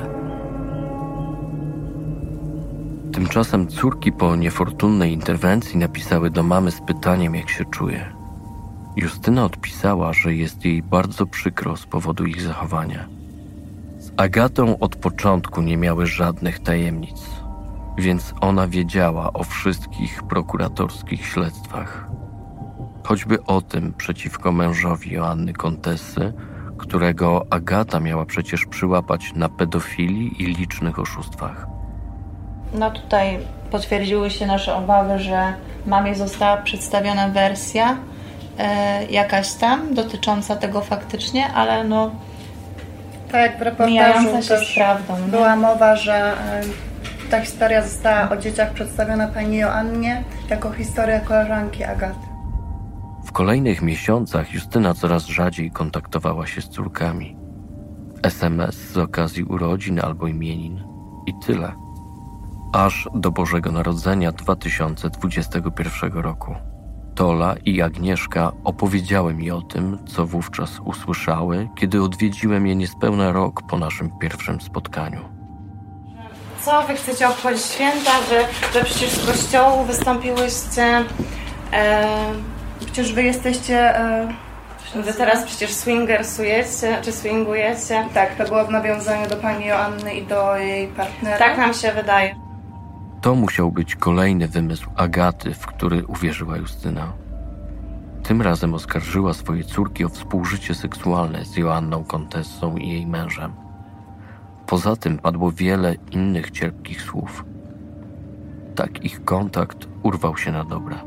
Tymczasem córki po niefortunnej interwencji napisały do mamy z pytaniem, jak się czuje. Justyna odpisała, że jest jej bardzo przykro z powodu ich zachowania. Z Agatą od początku nie miały żadnych tajemnic, więc ona wiedziała o wszystkich prokuratorskich śledztwach. Choćby o tym przeciwko mężowi Joanny Kontessy, którego Agata miała przecież przyłapać na pedofilii i licznych oszustwach. No tutaj potwierdziły się nasze obawy, że mamie została przedstawiona wersja jakaś tam dotycząca tego faktycznie, ale no tak jak w reportażu też była mowa, że ta historia została o dzieciach przedstawiona pani Joannie jako historia koleżanki Agaty. W kolejnych miesiącach Justyna coraz rzadziej kontaktowała się z córkami. SMS z okazji urodzin albo imienin i tyle. Aż do Bożego Narodzenia 2021 roku. Tola i Agnieszka opowiedziały mi o tym, co wówczas usłyszały, kiedy odwiedziłem je niespełna rok po naszym pierwszym spotkaniu. Co wy chcecie obchodzić święta, że przecież z kościołu wystąpiłyście, przecież wy jesteście... Wy teraz przecież swingersujecie, czy swingujecie. Tak, to było w nawiązaniu do pani Joanny i do jej partnera. Tak nam się wydaje. To musiał być kolejny wymysł Agaty, w który uwierzyła Justyna. Tym razem oskarżyła swoje córki o współżycie seksualne z Joanną Kontessą i jej mężem. Poza tym padło wiele innych cierpkich słów. Tak ich kontakt urwał się na dobre.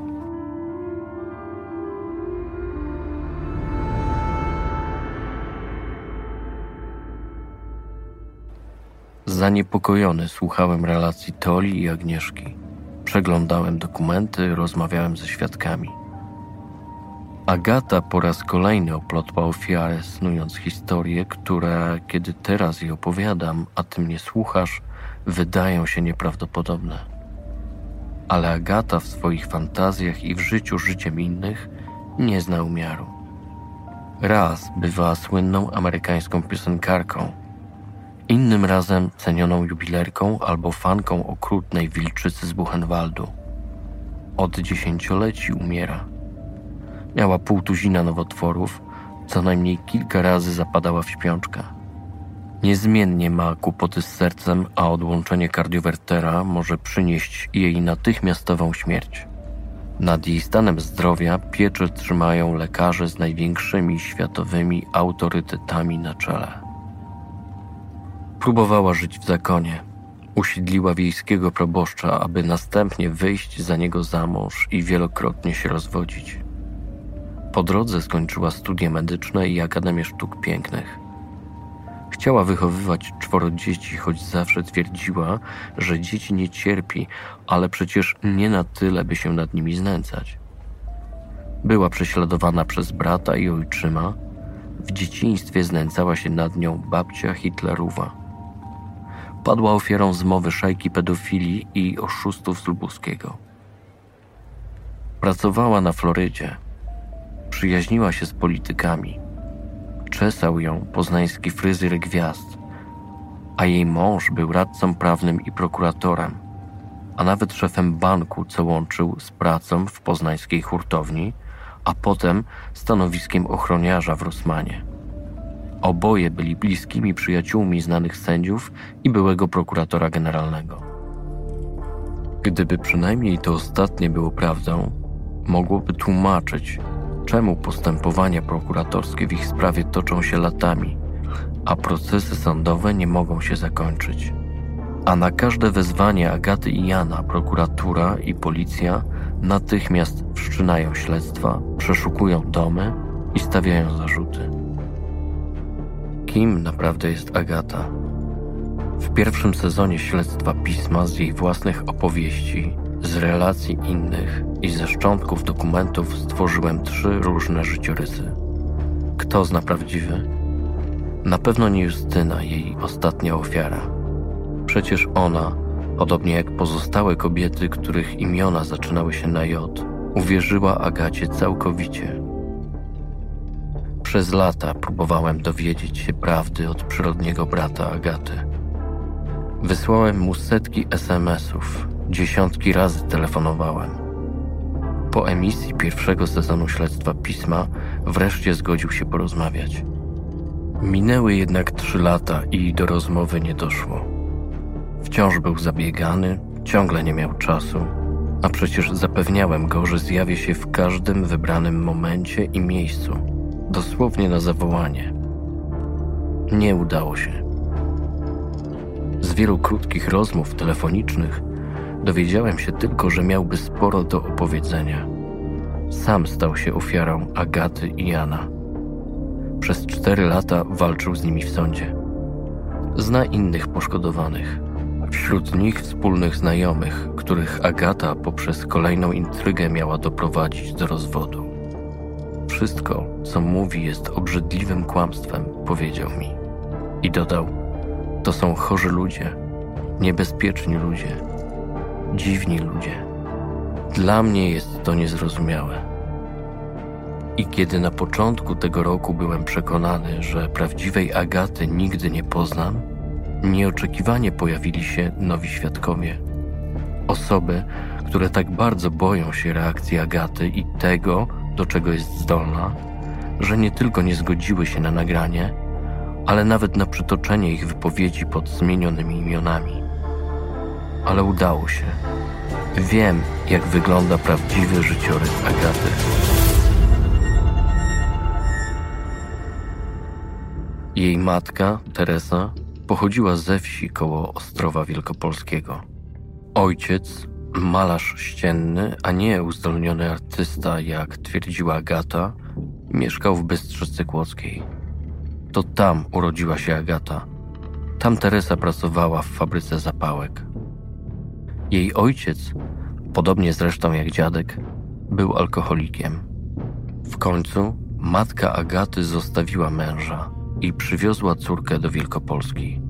Zaniepokojony słuchałem relacji Toli i Agnieszki. Przeglądałem dokumenty, rozmawiałem ze świadkami. Agata po raz kolejny oplotła ofiarę, snując historie, które, kiedy teraz je opowiadam, a ty mnie słuchasz, wydają się nieprawdopodobne. Ale Agata w swoich fantazjach i w życiu życiem innych nie zna umiaru. Raz bywała słynną amerykańską piosenkarką, innym razem cenioną jubilerką albo fanką okrutnej wilczycy z Buchenwaldu. Od 10-leci umiera. Miała pół tuzina nowotworów, co najmniej kilka razy zapadała w śpiączkę. Niezmiennie ma kłopoty z sercem, a odłączenie kardiowertera może przynieść jej natychmiastową śmierć. Nad jej stanem zdrowia pieczę trzymają lekarze z największymi światowymi autorytetami na czele. Próbowała żyć w zakonie. Usiedliła wiejskiego proboszcza, aby następnie wyjść za niego za mąż i wielokrotnie się rozwodzić. Po drodze skończyła studia medyczne i Akademię Sztuk Pięknych. Chciała wychowywać 4 dzieci, choć zawsze twierdziła, że dzieci nie cierpi, ale przecież nie na tyle, by się nad nimi znęcać. Była prześladowana przez brata i ojczyma. W dzieciństwie znęcała się nad nią babcia Hitlerowa. Padła ofiarą zmowy szajki pedofilii i oszustów z Lubuskiego. Pracowała na Florydzie. Przyjaźniła się z politykami. Czesał ją poznański fryzjer gwiazd, a jej mąż był radcą prawnym i prokuratorem, a nawet szefem banku, co łączył z pracą w poznańskiej hurtowni, a potem stanowiskiem ochroniarza w Rossmanie. Oboje byli bliskimi przyjaciółmi znanych sędziów i byłego prokuratora generalnego. Gdyby przynajmniej to ostatnie było prawdą, mogłoby tłumaczyć, czemu postępowania prokuratorskie w ich sprawie toczą się latami, a procesy sądowe nie mogą się zakończyć. A na każde wezwanie Agaty i Jana prokuratura i policja natychmiast wszczynają śledztwa, przeszukują domy i stawiają zarzuty. Kim naprawdę jest Agata? W pierwszym sezonie Śledztwa Pisma z jej własnych opowieści, z relacji innych i ze szczątków dokumentów stworzyłem 3 różne życiorysy. Kto zna prawdziwy? Na pewno nie Justyna, jej ostatnia ofiara. Przecież ona, podobnie jak pozostałe kobiety, których imiona zaczynały się na J, uwierzyła Agacie całkowicie. Przez lata próbowałem dowiedzieć się prawdy od przyrodniego brata Agaty. Wysłałem mu setki SMS-ów, dziesiątki razy telefonowałem. Po emisji pierwszego sezonu Śledztwa Pisma wreszcie zgodził się porozmawiać. Minęły jednak 3 lata i do rozmowy nie doszło. Wciąż był zabiegany, ciągle nie miał czasu, a przecież zapewniałem go, że zjawię się w każdym wybranym momencie i miejscu, dosłownie na zawołanie. Nie udało się. Z wielu krótkich rozmów telefonicznych dowiedziałem się tylko, że miałby sporo do opowiedzenia. Sam stał się ofiarą Agaty i Jana. Przez 4 lata walczył z nimi w sądzie. Zna innych poszkodowanych. Wśród nich wspólnych znajomych, których Agata poprzez kolejną intrygę miała doprowadzić do rozwodu. Wszystko, co mówi, jest obrzydliwym kłamstwem, powiedział mi. I dodał, to są chorzy ludzie, niebezpieczni ludzie, dziwni ludzie. Dla mnie jest to niezrozumiałe. I kiedy na początku tego roku byłem przekonany, że prawdziwej Agaty nigdy nie poznam, nieoczekiwanie pojawili się nowi świadkowie. Osoby, które tak bardzo boją się reakcji Agaty i tego, do czego jest zdolna, że nie tylko nie zgodziły się na nagranie, ale nawet na przytoczenie ich wypowiedzi pod zmienionymi imionami. Ale udało się. Wiem, jak wygląda prawdziwy życiorys Agaty. Jej matka, Teresa, pochodziła ze wsi koło Ostrowa Wielkopolskiego. Ojciec, malarz ścienny, a nie uzdolniony artysta, jak twierdziła Agata, mieszkał w Bystrzycy Kłodzkiej. To tam urodziła się Agata. Tam Teresa pracowała w fabryce zapałek. Jej ojciec, podobnie zresztą jak dziadek, był alkoholikiem. W końcu matka Agaty zostawiła męża i przywiozła córkę do Wielkopolski.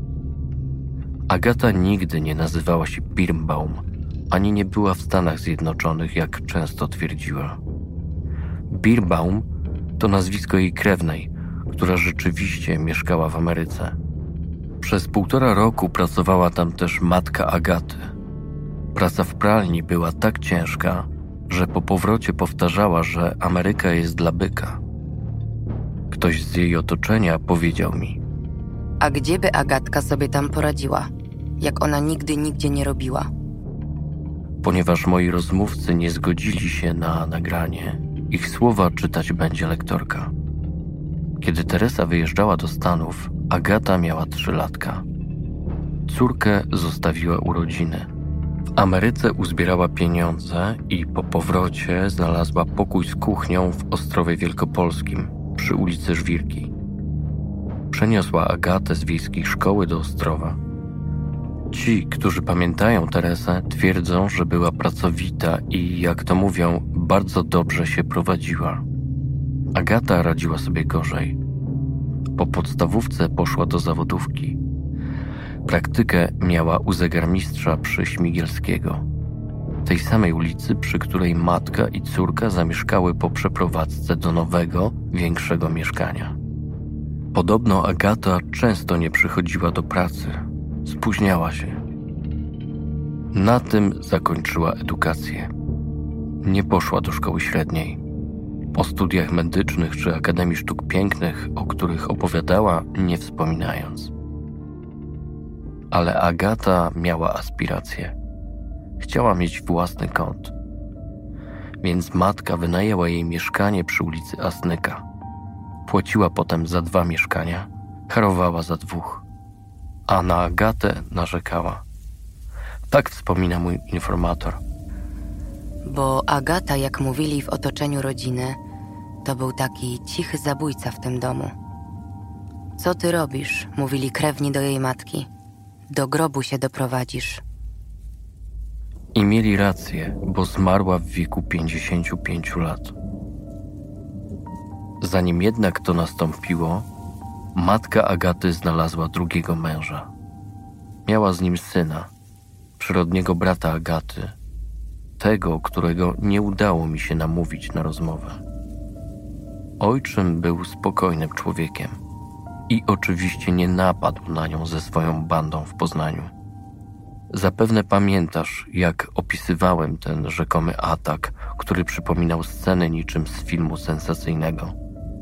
Agata nigdy nie nazywała się Birnbaum, ani nie była w Stanach Zjednoczonych, jak często twierdziła. Birnbaum to nazwisko jej krewnej, która rzeczywiście mieszkała w Ameryce. Przez 1,5 roku pracowała tam też matka Agaty. Praca w pralni była tak ciężka, że po powrocie powtarzała, że Ameryka jest dla byka. Ktoś z jej otoczenia powiedział mi: a gdzie by Agatka sobie tam poradziła, jak ona nigdy nigdzie nie robiła? Ponieważ moi rozmówcy nie zgodzili się na nagranie, ich słowa czytać będzie lektorka. Kiedy Teresa wyjeżdżała do Stanów, Agata miała 3 latka. Córkę zostawiła u rodziny. W Ameryce uzbierała pieniądze i po powrocie znalazła pokój z kuchnią w Ostrowie Wielkopolskim przy ulicy Żwirki. Przeniosła Agatę z wiejskiej szkoły do Ostrowa. Ci, którzy pamiętają Teresę, twierdzą, że była pracowita i, jak to mówią, bardzo dobrze się prowadziła. Agata radziła sobie gorzej. Po podstawówce poszła do zawodówki. Praktykę miała u zegarmistrza przy Śmigielskiego, tej samej ulicy, przy której matka i córka zamieszkały po przeprowadzce do nowego, większego mieszkania. Podobno Agata często nie przychodziła do pracy, spóźniała się. Na tym zakończyła edukację. Nie poszła do szkoły średniej. O studiach medycznych czy Akademii Sztuk Pięknych, o których opowiadała, nie wspominając. Ale Agata miała aspiracje. Chciała mieć własny kąt. Więc matka wynajęła jej mieszkanie przy ulicy Asnyka. Płaciła potem za 2 mieszkania, harowała za 2. A na Agatę narzekała. Tak wspomina mój informator. bo Agata, jak mówili w otoczeniu rodziny, to był taki cichy zabójca w tym domu. Co ty robisz? Mówili krewni do jej matki. Do grobu się doprowadzisz. I mieli rację, bo zmarła w wieku 55 lat. Zanim jednak to nastąpiło, matka Agaty znalazła drugiego męża. Miała z nim syna, przyrodniego brata Agaty, tego, którego nie udało mi się namówić na rozmowę. Ojczym był spokojnym człowiekiem i oczywiście nie napadł na nią ze swoją bandą w Poznaniu. Zapewne pamiętasz, jak opisywałem ten rzekomy atak, który przypominał sceny niczym z filmu sensacyjnego.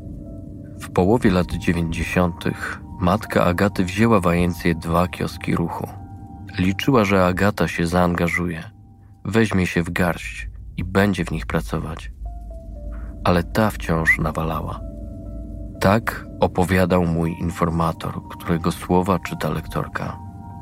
W połowie lat 90. matka Agaty wzięła w agencję 2 kioski ruchu. Liczyła, że Agata się zaangażuje, weźmie się w garść i będzie w nich pracować. Ale ta wciąż nawalała. Tak opowiadał mój informator, którego słowa czyta lektorka.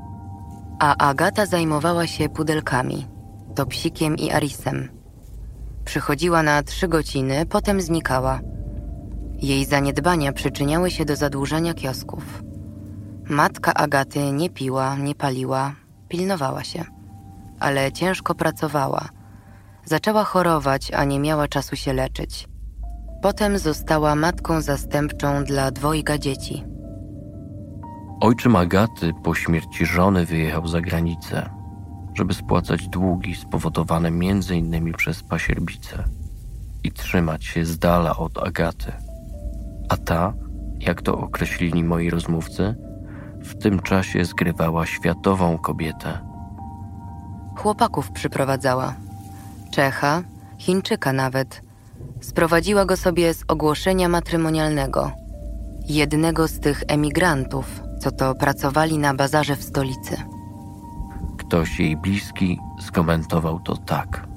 A Agata zajmowała się pudelkami, Topsikiem i Arisem. Przychodziła na 3 godziny, potem znikała. Jej zaniedbania przyczyniały się do zadłużania kiosków. Matka Agaty nie piła, nie paliła, pilnowała się. Ale ciężko pracowała. Zaczęła chorować, a nie miała czasu się leczyć. Potem została matką zastępczą dla 2 dzieci. Ojczym Agaty po śmierci żony wyjechał za granicę, żeby spłacać długi spowodowane m.in. przez pasierbicę i trzymać się z dala od Agaty. A ta, jak to określili moi rozmówcy, w tym czasie zgrywała światową kobietę. Chłopaków przyprowadzała. Czecha, Chińczyka nawet. Sprowadziła go sobie z ogłoszenia matrymonialnego. Jednego z tych emigrantów, co to pracowali na bazarze w stolicy. Ktoś jej bliski skomentował to tak.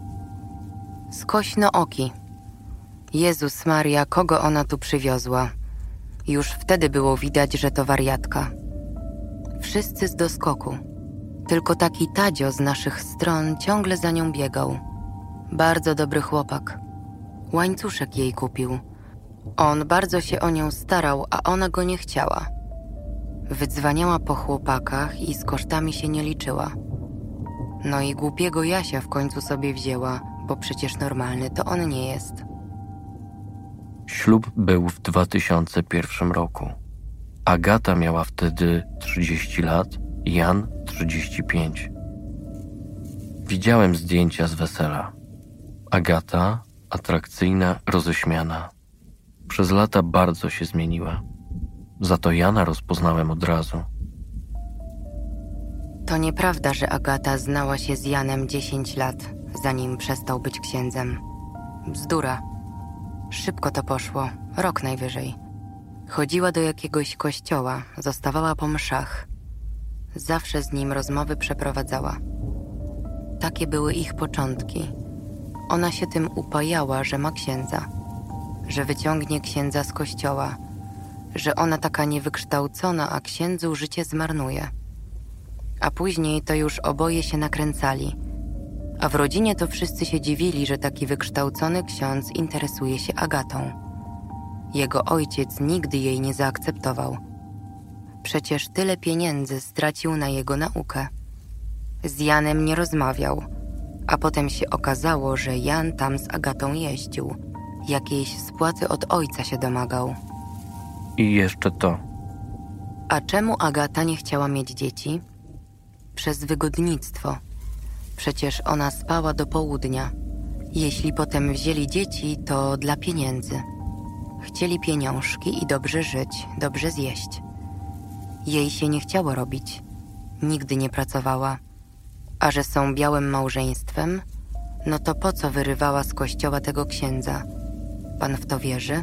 Skośnooki. Jezus Maria, kogo ona tu przywiozła? Już wtedy było widać, że to wariatka. Wszyscy z doskoku. Tylko taki Tadzio z naszych stron ciągle za nią biegał. Bardzo dobry chłopak. Łańcuszek jej kupił. On bardzo się o nią starał, a ona go nie chciała. Wydzwaniała po chłopakach i z kosztami się nie liczyła. No i głupiego Jasia w końcu sobie wzięła, bo przecież normalny to on nie jest. Ślub był w 2001 roku. Agata miała wtedy 30 lat, Jan 35. Widziałem zdjęcia z wesela. Agata, atrakcyjna, roześmiana. Przez lata bardzo się zmieniła. Za to Jana rozpoznałem od razu. To nieprawda, że Agata znała się z Janem 10 lat, zanim przestał być księdzem. Bzdura. Szybko to poszło, rok najwyżej. Chodziła do jakiegoś kościoła, zostawała po mszach. Zawsze z nim rozmowy przeprowadzała. Takie były ich początki. Ona się tym upajała, że ma księdza. Że wyciągnie księdza z kościoła. Że ona taka niewykształcona, a księdzu życie zmarnuje. A później to już oboje się nakręcali. A w rodzinie to wszyscy się dziwili, że taki wykształcony ksiądz interesuje się Agatą. Jego ojciec nigdy jej nie zaakceptował. Przecież tyle pieniędzy stracił na jego naukę. Z Janem nie rozmawiał, a potem się okazało, że Jan tam z Agatą jeździł. Jakiejś spłaty od ojca się domagał. I jeszcze to. A czemu Agata nie chciała mieć dzieci? Przez wygodnictwo. Przecież ona spała do południa. Jeśli potem wzięli dzieci, to dla pieniędzy. Chcieli pieniążki i dobrze żyć, dobrze zjeść. Jej się nie chciało robić. Nigdy nie pracowała. A że są białym małżeństwem, no to po co wyrywała z kościoła tego księdza? Pan w to wierzy?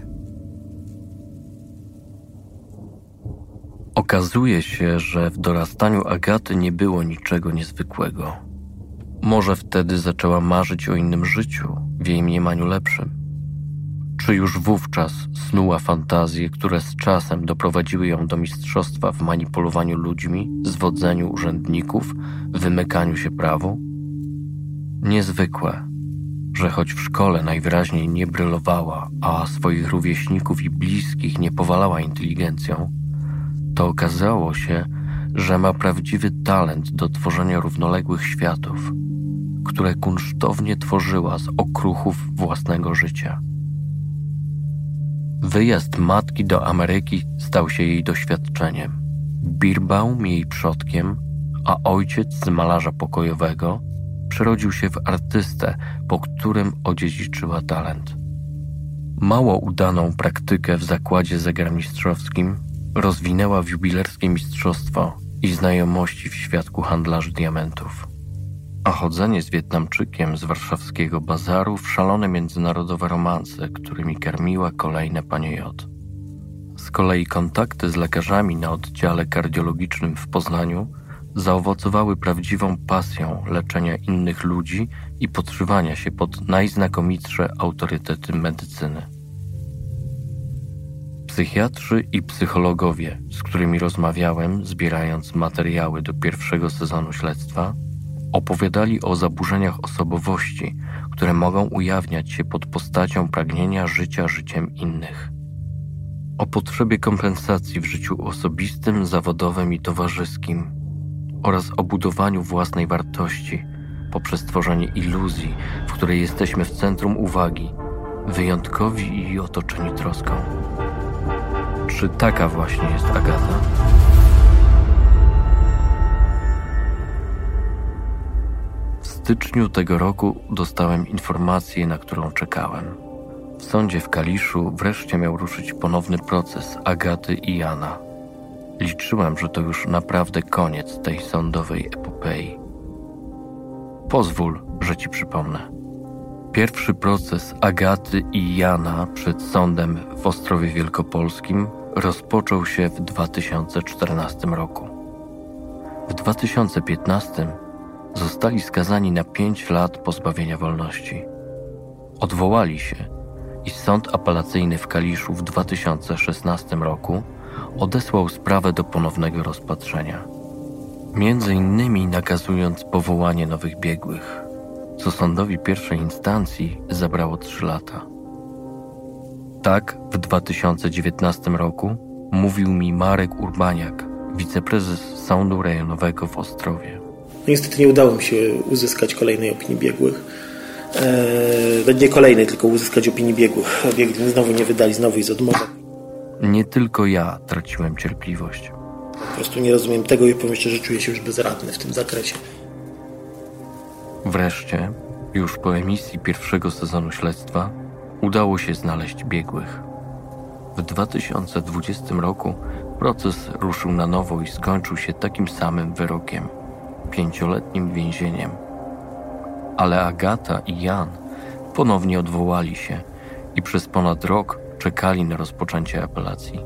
Okazuje się, że w dorastaniu Agaty nie było niczego niezwykłego. Może wtedy zaczęła marzyć o innym życiu, w jej mniemaniu lepszym. Czy już wówczas snuła fantazje, które z czasem doprowadziły ją do mistrzostwa w manipulowaniu ludźmi, zwodzeniu urzędników, wymykaniu się prawu? Niezwykłe. że choć w szkole najwyraźniej nie brylowała, a swoich rówieśników i bliskich nie powalała inteligencją, to okazało się, że ma prawdziwy talent do tworzenia równoległych światów, które kunsztownie tworzyła z okruchów własnego życia. Wyjazd matki do Ameryki stał się jej doświadczeniem. Birbaum jej przodkiem, a ojciec z malarza pokojowego przerodził się w artystę, po którym odziedziczyła talent. Mało udaną praktykę w zakładzie zegarmistrzowskim rozwinęła w jubilerskie mistrzostwo i znajomości w świadku handlarzy diamentów. A chodzenie z Wietnamczykiem z warszawskiego bazaru w szalone międzynarodowe romanse, którymi karmiła kolejne panie J. Z kolei kontakty z lekarzami na oddziale kardiologicznym w Poznaniu zaowocowały prawdziwą pasją leczenia innych ludzi i podszywania się pod najznakomitsze autorytety medycyny. Psychiatrzy i psychologowie, z którymi rozmawiałem, zbierając materiały do pierwszego sezonu śledztwa, opowiadali o zaburzeniach osobowości, które mogą ujawniać się pod postacią pragnienia życia życiem innych. O potrzebie kompensacji w życiu osobistym, zawodowym i towarzyskim oraz o budowaniu własnej wartości poprzez tworzenie iluzji, w której jesteśmy w centrum uwagi, wyjątkowi i otoczeni troską. Czy taka właśnie jest Agata? W styczniu tego roku dostałem informację, na którą czekałem. W sądzie w Kaliszu wreszcie miał ruszyć ponowny proces Agaty i Jana. Liczyłem, że to już naprawdę koniec tej sądowej epopei. Pozwól, że ci przypomnę. Pierwszy proces Agaty i Jana przed sądem w Ostrowie Wielkopolskim rozpoczął się w 2014 roku. W 2015 zostali skazani na 5 lat pozbawienia wolności. Odwołali się i Sąd Apelacyjny w Kaliszu w 2016 roku odesłał sprawę do ponownego rozpatrzenia. Między innymi nakazując powołanie nowych biegłych, co sądowi pierwszej instancji zabrało 3 lata. Tak w 2019 roku mówił mi Marek Urbaniak, wiceprezes Sądu Rejonowego w Ostrowie. Niestety nie udało mi się uzyskać kolejnej opinii biegłych. Nie kolejnej, tylko uzyskać opinii biegłych. Biegli znowu nie wydali, znowu jest odmowa. Nie tylko ja traciłem cierpliwość. Po prostu nie rozumiem tego i powiem szczerze, czuję się już bezradny w tym zakresie. Wreszcie, już po emisji pierwszego sezonu śledztwa, udało się znaleźć biegłych. W 2020 roku proces ruszył na nowo i skończył się takim samym wyrokiem, 5-letnim więzieniem. Ale Agata i Jan ponownie odwołali się i przez ponad rok czekali na rozpoczęcie apelacji.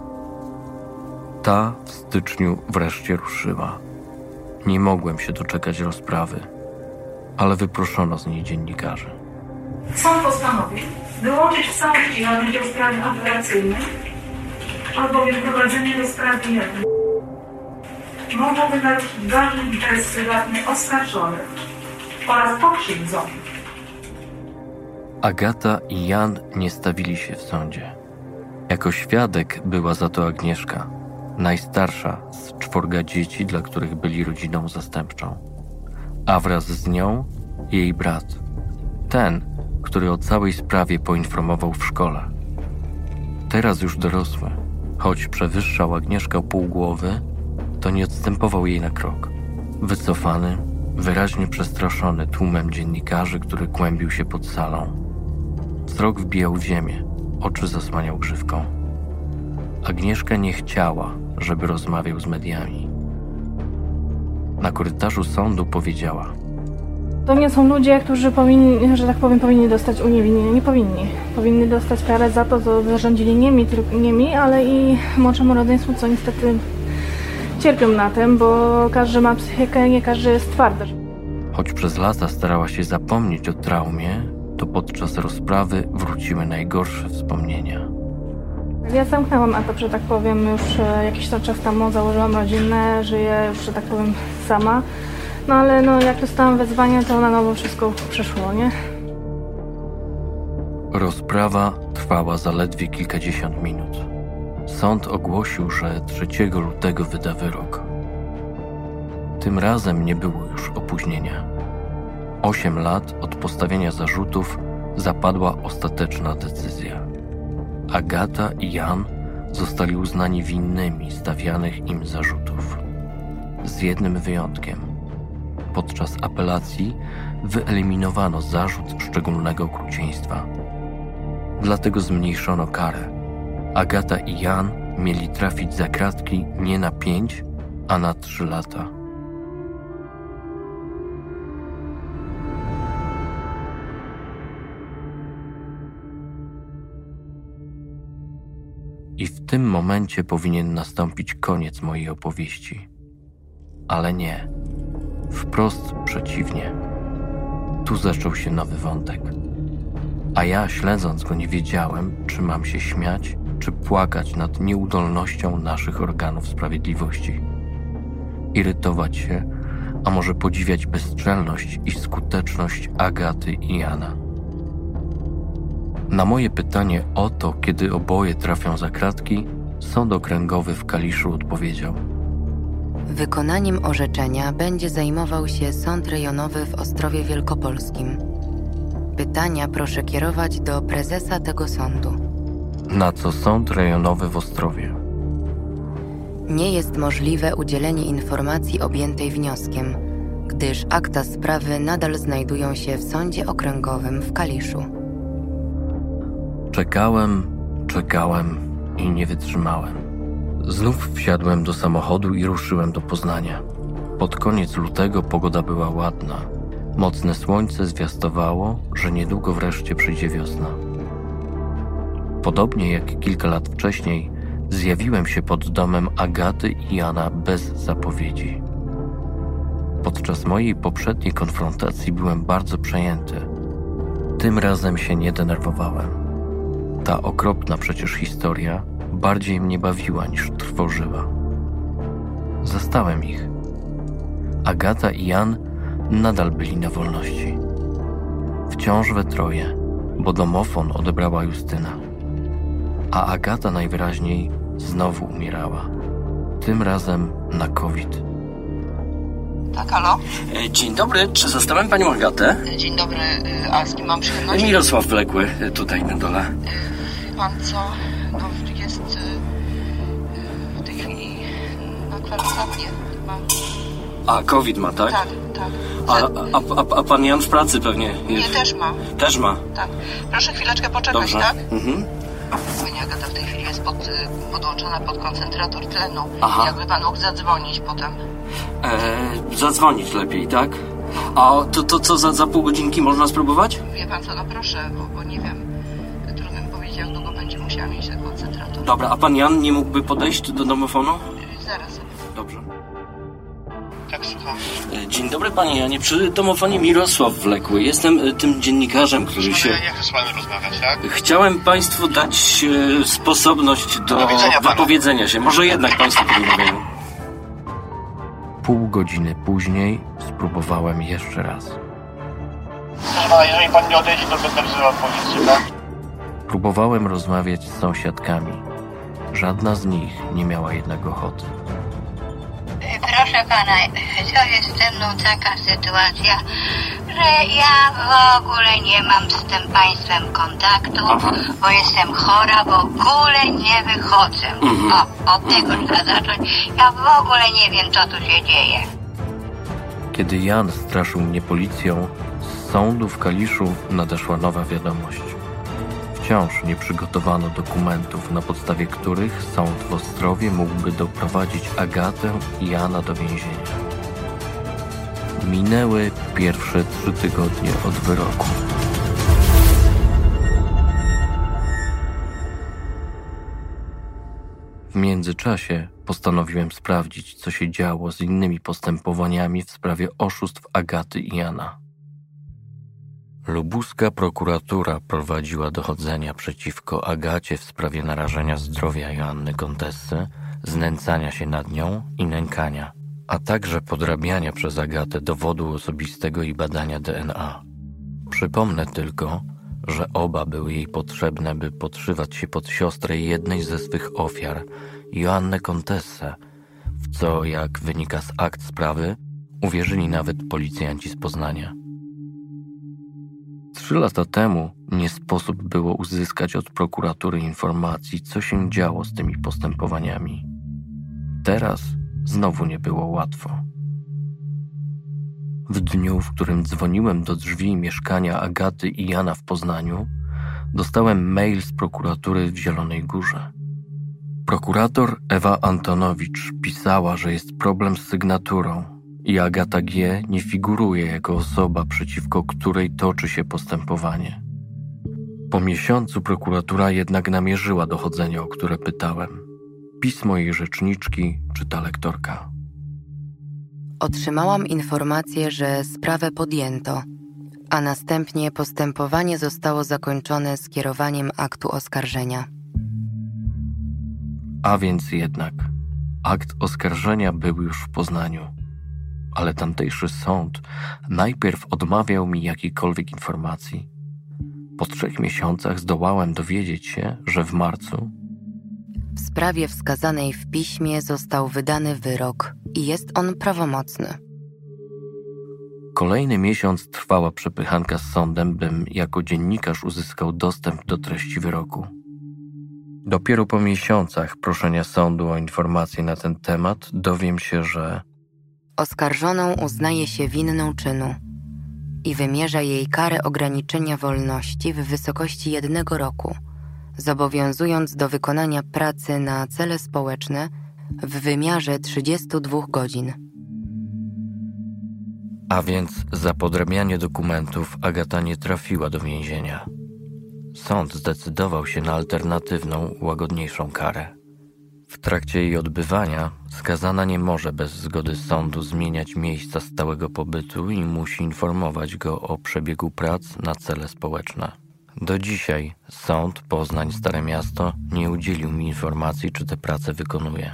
Ta w styczniu wreszcie ruszyła. Nie mogłem się doczekać rozprawy, ale wyproszono z niej dziennikarzy. Sąd postanowił wyłączyć sąd i do sprawy apelacyjnej, albowiem prowadzenie do sprawy jednej mogłoby naruszyć ważny interes prywatny oskarżonych oraz pokrzywdzonych. Agata i Jan nie stawili się w sądzie. Jako świadek była za to Agnieszka, najstarsza z 4 dzieci, dla których byli rodziną zastępczą. A wraz z nią jej brat, ten, który o całej sprawie poinformował w szkole. Teraz już dorosły, choć przewyższał Agnieszkę o pół głowy, to nie odstępował jej na krok. Wycofany, wyraźnie przestraszony tłumem dziennikarzy, który kłębił się pod salą. Wzrok wbijał w ziemię, oczy zasłaniał grzywką. Agnieszka nie chciała, żeby rozmawiał z mediami. Na korytarzu sądu powiedziała: To nie są ludzie, którzy powinni, że tak powiem, powinni dostać uniewinnienie. Nie powinni. Powinni dostać karę za to, co zarządzili nie mi, ale i młodszemu rodzeństwu, co niestety cierpią na tym, bo każdy ma psychikę, nie każdy jest twardy. Choć przez lata starała się zapomnieć o traumie, to podczas rozprawy wróciły najgorsze wspomnienia. Ja zamknęłam etap, że tak powiem, już jakiś czas temu, założyłam rodzinę, żyję już, że tak powiem, sama. No ale jak dostałam wezwanie, to na nowo wszystko przeszło, nie? Rozprawa trwała zaledwie kilkadziesiąt minut. Sąd ogłosił, że 3 lutego wyda wyrok. Tym razem nie było już opóźnienia. 8 lat od postawienia zarzutów zapadła ostateczna decyzja. Agata i Jan zostali uznani winnymi stawianych im zarzutów. Z jednym wyjątkiem. Podczas apelacji wyeliminowano zarzut szczególnego okrucieństwa. Dlatego zmniejszono karę. Agata i Jan mieli trafić za kratki nie na 5, a na 3 lata. I w tym momencie powinien nastąpić koniec mojej opowieści. Ale nie. Wprost przeciwnie. Tu zaczął się nowy wątek. A ja, śledząc go, nie wiedziałem, czy mam się śmiać, czy płakać nad nieudolnością naszych organów sprawiedliwości. Irytować się, a może podziwiać bezczelność i skuteczność Agaty i Jana. Na moje pytanie o to, kiedy oboje trafią za kratki, Sąd Okręgowy w Kaliszu odpowiedział: Wykonaniem orzeczenia będzie zajmował się Sąd Rejonowy w Ostrowie Wielkopolskim. Pytania proszę kierować do prezesa tego sądu. Na co Sąd Rejonowy w Ostrowie: Nie jest możliwe udzielenie informacji objętej wnioskiem, gdyż akta sprawy nadal znajdują się w Sądzie Okręgowym w Kaliszu. Czekałem i nie wytrzymałem. Znów wsiadłem do samochodu i ruszyłem do Poznania. Pod koniec lutego pogoda była ładna. Mocne słońce zwiastowało, że niedługo wreszcie przyjdzie wiosna. Podobnie jak kilka lat wcześniej, zjawiłem się pod domem Agaty i Jana bez zapowiedzi. Podczas mojej poprzedniej konfrontacji byłem bardzo przejęty. Tym razem się nie denerwowałem. Ta okropna przecież historia bardziej mnie bawiła niż trwożyła. Zastałem ich. Agata i Jan nadal byli na wolności. Wciąż we troje, bo domofon odebrała Justyna. A Agata najwyraźniej znowu umierała. Tym razem na COVID. Tak, halo? Dzień dobry, czy zastałem panią Agatę? Dzień dobry, a z kim mam przyjemność? Mirosław Wlekły, tutaj na dole. Wie pan co, no jest w tej chwili na kwarantannie chyba. A, COVID ma, tak? Tak. A pan Jan w pracy pewnie jest? Nie, też ma. Też ma? Tak. Proszę chwileczkę poczekać, dobrze. Tak? Mhm. Pani Agata w tej chwili jest podłączona pod koncentrator tlenu. Aha. Jakby pan mógł zadzwonić potem. Zadzwonić lepiej, tak? A to co, za pół godzinki można spróbować? Wie pan co, no proszę, bo nie wiem. Trudno mi powiedzieć, jak długo będzie musiała mieć ten koncentrator. Dobra, a pan Jan nie mógłby podejść do domofonu? Zaraz sobie. Dobrze. Tak, słucham. Dzień dobry panie Janie, przy domofonie Mirosław Wlekły. Jestem tym dziennikarzem, który się... Nie chcę z panem rozmawiać, tak? Chciałem państwu dać sposobność do wypowiedzenia się. Może jednak państwo porozmawiają. Pół godziny później spróbowałem jeszcze raz. Proszę pana, jeżeli pan nie odejdzie, to będę wzywał policję, tak? Próbowałem rozmawiać z sąsiadkami. Żadna z nich nie miała jednak ochoty. Proszę pana, to jest ze mną taka sytuacja, że ja w ogóle nie mam z tym państwem kontaktu, bo jestem chora, w ogóle nie wychodzę. O, od tego trzeba zacząć. Ja w ogóle nie wiem, co tu się dzieje. Kiedy Jan straszył mnie policją, z sądu w Kaliszu nadeszła nowa wiadomość. Wciąż nie przygotowano dokumentów, na podstawie których sąd w Ostrowie mógłby doprowadzić Agatę i Jana do więzienia. Minęły pierwsze 3 tygodnie od wyroku. W międzyczasie postanowiłem sprawdzić, co się działo z innymi postępowaniami w sprawie oszustw Agaty i Jana. Lubuska prokuratura prowadziła dochodzenia przeciwko Agacie w sprawie narażenia zdrowia Joanny Kontessy, znęcania się nad nią i nękania, a także podrabiania przez Agatę dowodu osobistego i badania DNA. Przypomnę tylko, że oba były jej potrzebne, by podszywać się pod siostrę jednej ze swych ofiar, Joannę Kontessę, w co, jak wynika z akt sprawy, uwierzyli nawet policjanci z Poznania. 3 lata temu nie sposób było uzyskać od prokuratury informacji, co się działo z tymi postępowaniami. Teraz znowu nie było łatwo. W dniu, w którym dzwoniłem do drzwi mieszkania Agaty i Jana w Poznaniu, dostałem mail z prokuratury w Zielonej Górze. Prokurator Ewa Antonowicz pisała, że jest problem z sygnaturą i Agata G. nie figuruje jako osoba, przeciwko której toczy się postępowanie. Po miesiącu prokuratura jednak namierzyła dochodzenie, o które pytałem. Pismo jej rzeczniczki czyta lektorka. Otrzymałam informację, że sprawę podjęto, a następnie postępowanie zostało zakończone skierowaniem aktu oskarżenia. A więc jednak akt oskarżenia był już w Poznaniu, ale tamtejszy sąd najpierw odmawiał mi jakiejkolwiek informacji. Po 3 miesiącach zdołałem dowiedzieć się, że w marcu w sprawie wskazanej w piśmie został wydany wyrok i jest on prawomocny. Kolejny miesiąc trwała przepychanka z sądem, bym jako dziennikarz uzyskał dostęp do treści wyroku. Dopiero po miesiącach proszenia sądu o informacje na ten temat dowiem się, że oskarżoną uznaje się winną czynu i wymierza jej karę ograniczenia wolności w wysokości 1 roku, zobowiązując do wykonania pracy na cele społeczne w wymiarze 32 godzin. A więc za podrabianie dokumentów Agata nie trafiła do więzienia. Sąd zdecydował się na alternatywną, łagodniejszą karę. W trakcie jej odbywania skazana nie może bez zgody sądu zmieniać miejsca stałego pobytu i musi informować go o przebiegu prac na cele społeczne. Do dzisiaj sąd Poznań Stare Miasto nie udzielił mi informacji, czy te prace wykonuje.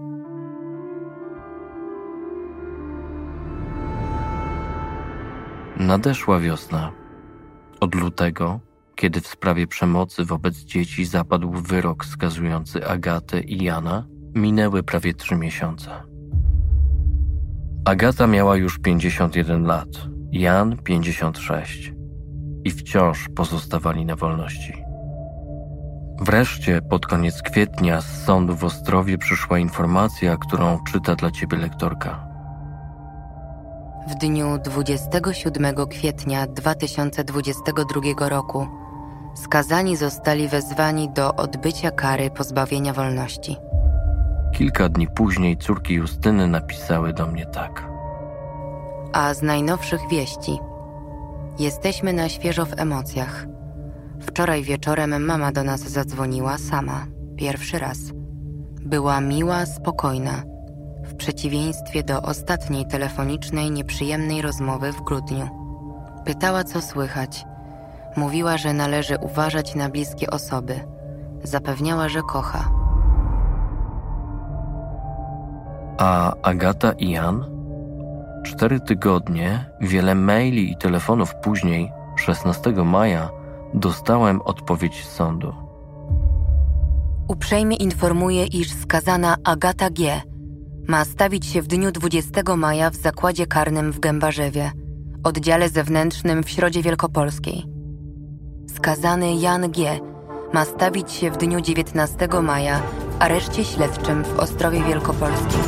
Nadeszła wiosna. Od lutego, kiedy w sprawie przemocy wobec dzieci zapadł wyrok skazujący Agatę i Jana, minęły prawie 3 miesiące. Agata miała już 51 lat, Jan 56 i wciąż pozostawali na wolności. Wreszcie pod koniec kwietnia z sądu w Ostrowie przyszła informacja, którą czyta dla ciebie lektorka. W dniu 27 kwietnia 2022 roku skazani zostali wezwani do odbycia kary pozbawienia wolności. Kilka dni później córki Justyny napisały do mnie tak. A z najnowszych wieści. Jesteśmy na świeżo w emocjach. Wczoraj wieczorem mama do nas zadzwoniła sama, pierwszy raz. Była miła, spokojna, w przeciwieństwie do ostatniej telefonicznej, nieprzyjemnej rozmowy w grudniu. Pytała, co słychać. Mówiła, że należy uważać na bliskie osoby. Zapewniała, że kocha. A Agata i Jan? 4 tygodnie, wiele maili i telefonów później, 16 maja, dostałem odpowiedź z sądu. Uprzejmie informuję, iż skazana Agata G. ma stawić się w dniu 20 maja w zakładzie karnym w Gębarzewie, oddziale zewnętrznym w Środzie Wielkopolskiej. Skazany Jan G. ma stawić się w dniu 19 maja w areszcie śledczym w Ostrowie Wielkopolskim.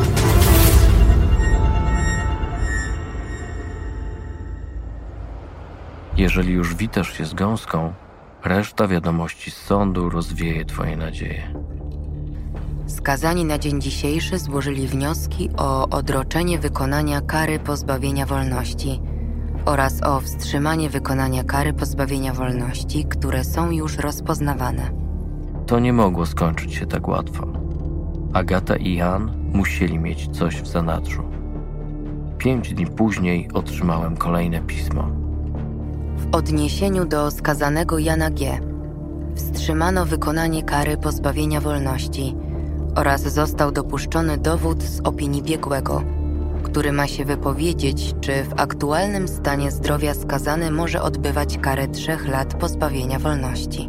Jeżeli już witasz się z gąską, reszta wiadomości z sądu rozwieje twoje nadzieje. Skazani na dzień dzisiejszy złożyli wnioski o odroczenie wykonania kary pozbawienia wolności oraz o wstrzymanie wykonania kary pozbawienia wolności, które są już rozpoznawane. To nie mogło skończyć się tak łatwo. Agata i Jan musieli mieć coś w zanadrzu. 5 dni później otrzymałem kolejne pismo. W odniesieniu do skazanego Jana G. wstrzymano wykonanie kary pozbawienia wolności oraz został dopuszczony dowód z opinii biegłego, który ma się wypowiedzieć, czy w aktualnym stanie zdrowia skazany może odbywać karę 3 lat pozbawienia wolności.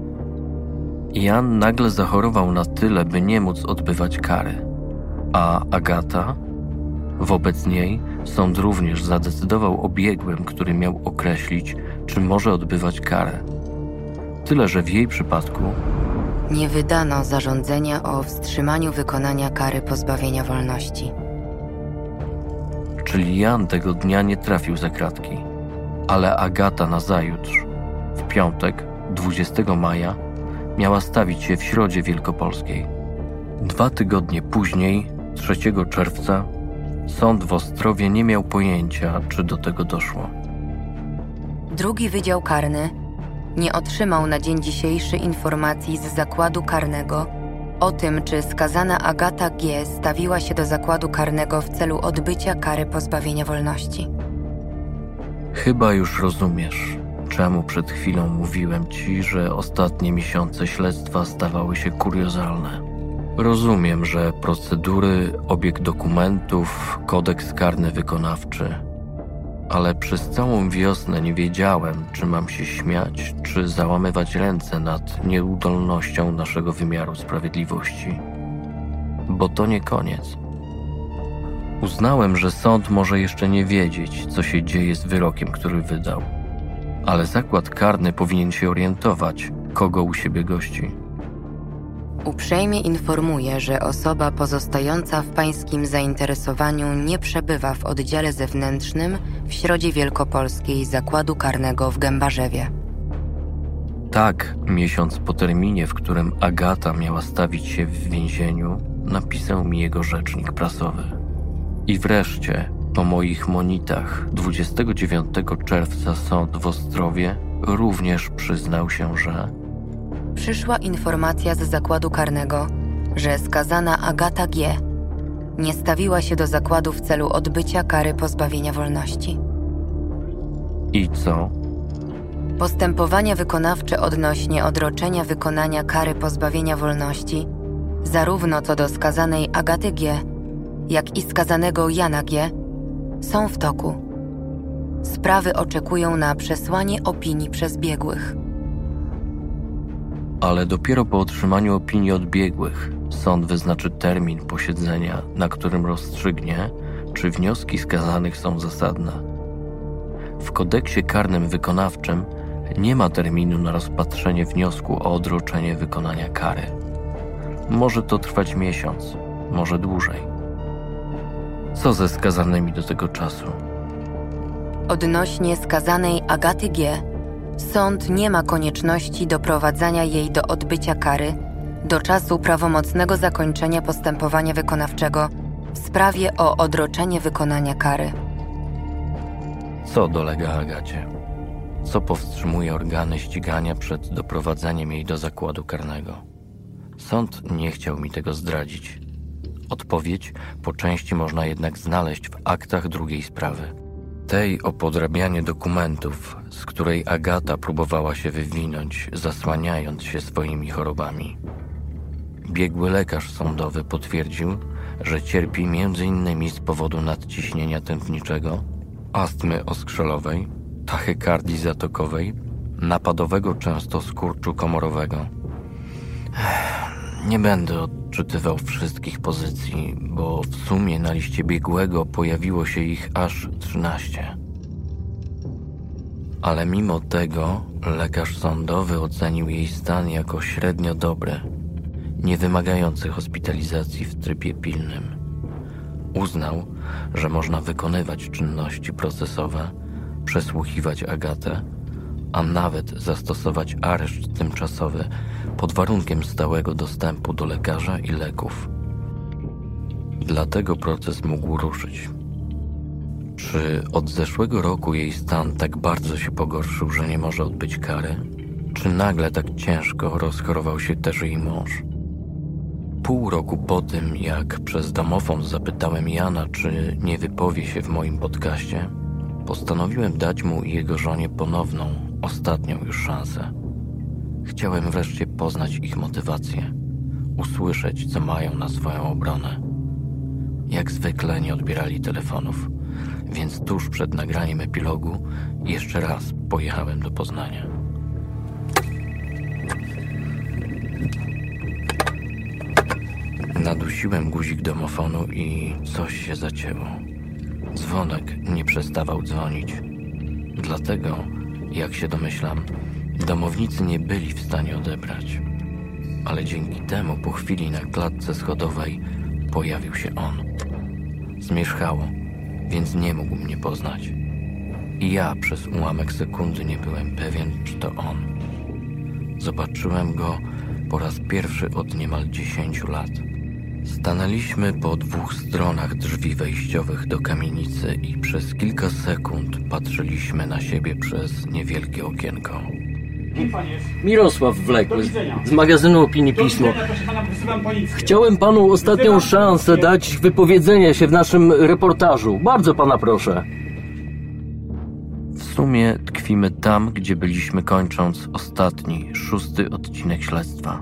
Jan nagle zachorował na tyle, by nie móc odbywać kary. A Agata? Wobec niej sąd również zadecydował o biegłym, który miał określić, czy może odbywać karę. Tyle, że w jej przypadku nie wydano zarządzenia o wstrzymaniu wykonania kary pozbawienia wolności. Czyli Jan tego dnia nie trafił za kratki, ale Agata nazajutrz, w piątek, 20 maja, miała stawić się w Środzie Wielkopolskiej. 2 tygodnie później, 3 czerwca, sąd w Ostrowie nie miał pojęcia, czy do tego doszło. Drugi Wydział Karny nie otrzymał na dzień dzisiejszy informacji z zakładu karnego o tym, czy skazana Agata G. stawiła się do zakładu karnego w celu odbycia kary pozbawienia wolności. Chyba już rozumiesz, czemu przed chwilą mówiłem ci, że ostatnie miesiące śledztwa stawały się kuriozalne. Rozumiem, że procedury, obieg dokumentów, kodeks karny wykonawczy, ale przez całą wiosnę nie wiedziałem, czy mam się śmiać, czy załamywać ręce nad nieudolnością naszego wymiaru sprawiedliwości. Bo to nie koniec. Uznałem, że sąd może jeszcze nie wiedzieć, co się dzieje z wyrokiem, który wydał. Ale zakład karny powinien się orientować, kogo u siebie gości. Uprzejmie informuję, że osoba pozostająca w pańskim zainteresowaniu nie przebywa w oddziale zewnętrznym w Środzie Wielkopolskiej Zakładu Karnego w Gębarzewie. Tak, miesiąc po terminie, w którym Agata miała stawić się w więzieniu, napisał mi jego rzecznik prasowy. I wreszcie, po moich monitach, 29 czerwca sąd w Ostrowie również przyznał się, że przyszła informacja z zakładu karnego, że skazana Agata G. nie stawiła się do zakładu w celu odbycia kary pozbawienia wolności. I co? Postępowania wykonawcze odnośnie odroczenia wykonania kary pozbawienia wolności, zarówno co do skazanej Agaty G., jak i skazanego Jana G., są w toku. Sprawy oczekują na przesłanie opinii przez biegłych. Ale dopiero po otrzymaniu opinii od biegłych sąd wyznaczy termin posiedzenia, na którym rozstrzygnie, czy wnioski skazanych są zasadne. W kodeksie karnym wykonawczym nie ma terminu na rozpatrzenie wniosku o odroczenie wykonania kary. Może to trwać miesiąc, może dłużej. Co ze skazanymi do tego czasu? Odnośnie skazanej Agaty G. sąd nie ma konieczności doprowadzania jej do odbycia kary do czasu prawomocnego zakończenia postępowania wykonawczego w sprawie o odroczenie wykonania kary. Co dolega Agacie? Co powstrzymuje organy ścigania przed doprowadzeniem jej do zakładu karnego? Sąd nie chciał mi tego zdradzić. Odpowiedź po części można jednak znaleźć w aktach drugiej sprawy. Tej o podrabianie dokumentów, z której Agata próbowała się wywinąć, zasłaniając się swoimi chorobami. Biegły lekarz sądowy potwierdził, że cierpi m.in. z powodu nadciśnienia tętniczego, astmy oskrzelowej, tachykardii zatokowej, napadowego często skurczu komorowego. Nie będę odczytywał wszystkich pozycji, bo w sumie na liście biegłego pojawiło się ich aż 13. Ale mimo tego lekarz sądowy ocenił jej stan jako średnio dobry, nie wymagający hospitalizacji w trybie pilnym. Uznał, że można wykonywać czynności procesowe, przesłuchiwać Agatę, a nawet zastosować areszt tymczasowy pod warunkiem stałego dostępu do lekarza i leków. Dlatego proces mógł ruszyć. Czy od zeszłego roku jej stan tak bardzo się pogorszył, że nie może odbyć kary? Czy nagle tak ciężko rozchorował się też jej mąż? Pół roku po tym, jak przez domofon zapytałem Jana, czy nie wypowie się w moim podcaście, postanowiłem dać mu i jego żonie ponowną, ostatnią już szansę. Chciałem wreszcie poznać ich motywację, usłyszeć, co mają na swoją obronę. Jak zwykle nie odbierali telefonów, więc tuż przed nagraniem epilogu jeszcze raz pojechałem do Poznania. Nadusiłem guzik domofonu i coś się zacięło. Dzwonek nie przestawał dzwonić. Dlatego, jak się domyślam, domownicy nie byli w stanie odebrać. Ale dzięki temu po chwili na klatce schodowej pojawił się on. Zmierzchało, więc nie mógł mnie poznać. I ja przez ułamek sekundy nie byłem pewien, czy to on. Zobaczyłem go po raz pierwszy od niemal 10 lat. Stanęliśmy po 2 stronach drzwi wejściowych do kamienicy i przez kilka sekund patrzyliśmy na siebie przez niewielkie okienko. Mirosław Wlekły z magazynu Opinii Pismo. Chciałem panu ostatnią szansę dać wypowiedzenia się w naszym reportażu. Bardzo pana proszę. W sumie tkwimy tam, gdzie byliśmy kończąc ostatni, 6. odcinek śledztwa.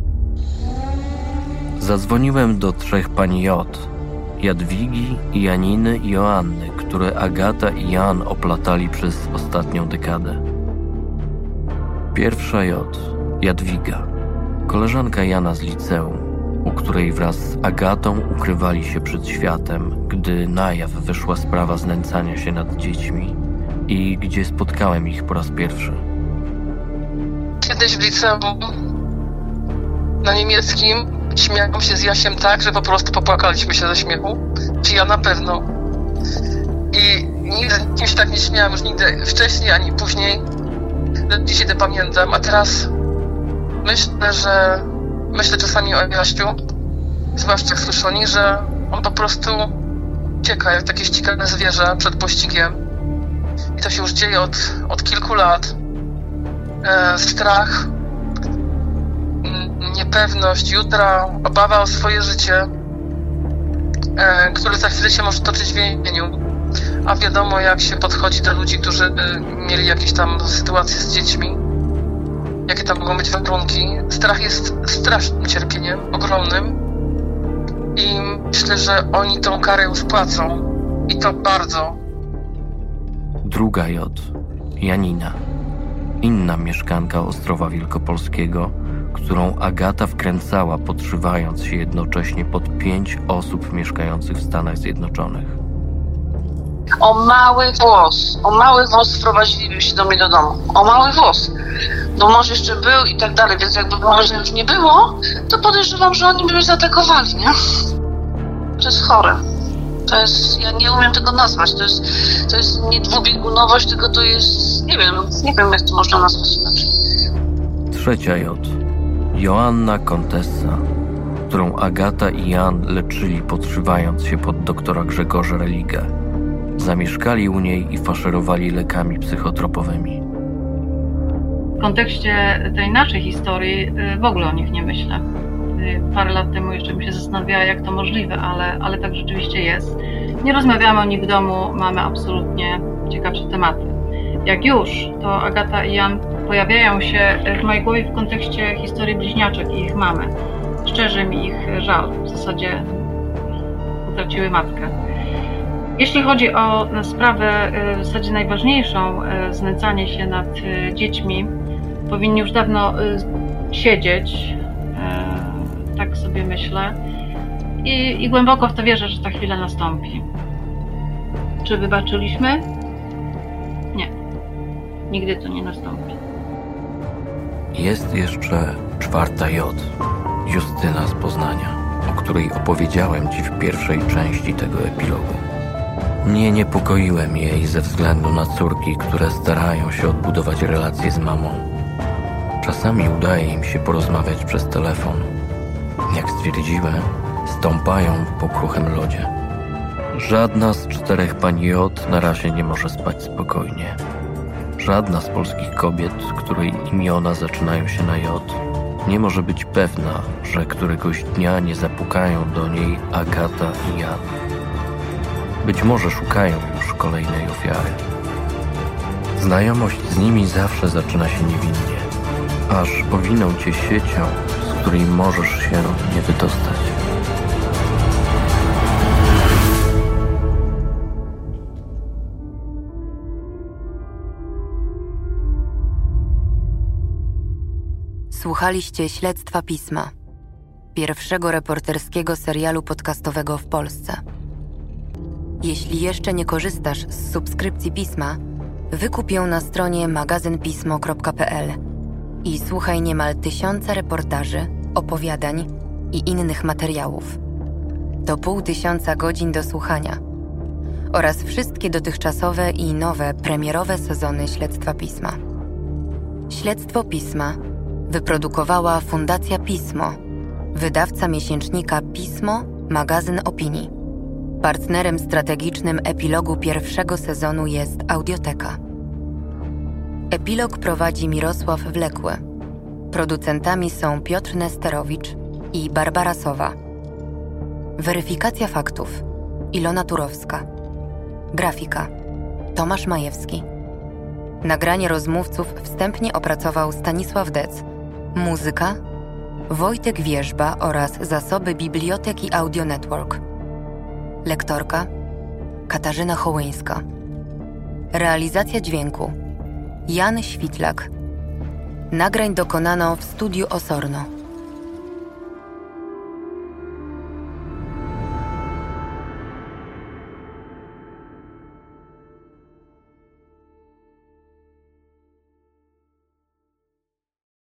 Zadzwoniłem do 3 pani J. Jadwigi, Janiny i Joanny, które Agata i Jan oplatali przez ostatnią dekadę. Pierwsza J. Jadwiga, koleżanka Jana z liceum, u której wraz z Agatą ukrywali się przed światem, gdy na jaw wyszła sprawa znęcania się nad dziećmi i gdzie spotkałem ich po raz pierwszy. Kiedyś w liceum na niemieckim śmiałam się z Jasiem tak, że po prostu popłakaliśmy się ze śmiechu. Czy ja na pewno. I nigdy z kim się tak nie śmiałam, już nigdy wcześniej ani później. Dzisiaj to pamiętam, a teraz myślę czasami o Jasiu, zwłaszcza jak słyszę o nich, że on po prostu ucieka jak takie ścigane zwierzę przed pościgiem. I to się już dzieje od kilku lat. Strach, niepewność jutra, obawa o swoje życie, które za chwilę się może toczyć w więzieniu. A wiadomo, jak się podchodzi do ludzi, którzy mieli jakieś tam sytuacje z dziećmi. Jakie tam mogą być warunki. Strach jest strasznym cierpieniem, ogromnym. I myślę, że oni tą karę już płacą. I to bardzo. Druga J. Janina. Inna mieszkanka Ostrowa Wielkopolskiego, którą Agata wkręcała, podszywając się jednocześnie pod 5 osób mieszkających w Stanach Zjednoczonych. O mały włos wprowadzili się do mnie do domu. O mały włos. No może jeszcze był i tak dalej, więc jakby może już nie było, to podejrzewam, że oni by mnie zaatakowali, nie? To jest chore. To jest, ja nie umiem tego nazwać. To jest nie dwubiegunowość, tylko to jest, nie wiem jak to można nazwać inaczej. Trzecia J. Joanna Kontessa, którą Agata i Jan leczyli, podszywając się pod doktora Grzegorza Religę. Zamieszkali u niej i faszerowali lekami psychotropowymi. W kontekście tej naszej historii w ogóle o nich nie myślę. Parę lat temu jeszcze bym się zastanawiała, jak to możliwe, ale tak rzeczywiście jest. Nie rozmawiamy o nich w domu, mamy absolutnie ciekawsze tematy. Jak już, to Agata i Jan pojawiają się w mojej głowie w kontekście historii bliźniaczek i ich mamy. Szczerze mi ich żal, w zasadzie utraciły matkę. Jeśli chodzi o sprawę w zasadzie najważniejszą, znęcanie się nad dziećmi, powinni już dawno siedzieć, tak sobie myślę, i głęboko w to wierzę, że ta chwila nastąpi. Czy wybaczyliśmy? Nie. Nigdy to nie nastąpi. Jest jeszcze 4. J. Justyna z Poznania, o której opowiedziałem Ci w pierwszej części tego epilogu. Nie niepokoiłem jej ze względu na córki, które starają się odbudować relacje z mamą. Czasami udaje im się porozmawiać przez telefon. Jak stwierdziłem, stąpają po kruchym lodzie. Żadna z 4 pani J na razie nie może spać spokojnie. Żadna z polskich kobiet, której imiona zaczynają się na J, nie może być pewna, że któregoś dnia nie zapukają do niej Agata i Jan. Być może szukają już kolejnej ofiary. Znajomość z nimi zawsze zaczyna się niewinnie, aż owiną cię siecią, z której możesz się nie wydostać. Słuchaliście Śledztwa Pisma, pierwszego reporterskiego serialu podcastowego w Polsce. Jeśli jeszcze nie korzystasz z subskrypcji Pisma, wykup ją na stronie magazynpismo.pl i słuchaj niemal 1000 reportaży, opowiadań i innych materiałów. To 500 godzin do słuchania oraz wszystkie dotychczasowe i nowe premierowe sezony Śledztwa Pisma. Śledztwo Pisma wyprodukowała Fundacja Pismo, wydawca miesięcznika Pismo, magazyn opinii. Partnerem strategicznym epilogu pierwszego sezonu jest Audioteka. Epilog prowadzi Mirosław Wlekły. Producentami są Piotr Nesterowicz i Barbara Sowa. Weryfikacja faktów Ilona Turowska. Grafika Tomasz Majewski. Nagranie rozmówców wstępnie opracował Stanisław Dec. Muzyka Wojtek Wierzba oraz zasoby Biblioteki Audio Network. Lektorka Katarzyna Hołyńska. Realizacja dźwięku Jan Świtlak. Nagrań dokonano w studiu Osorno.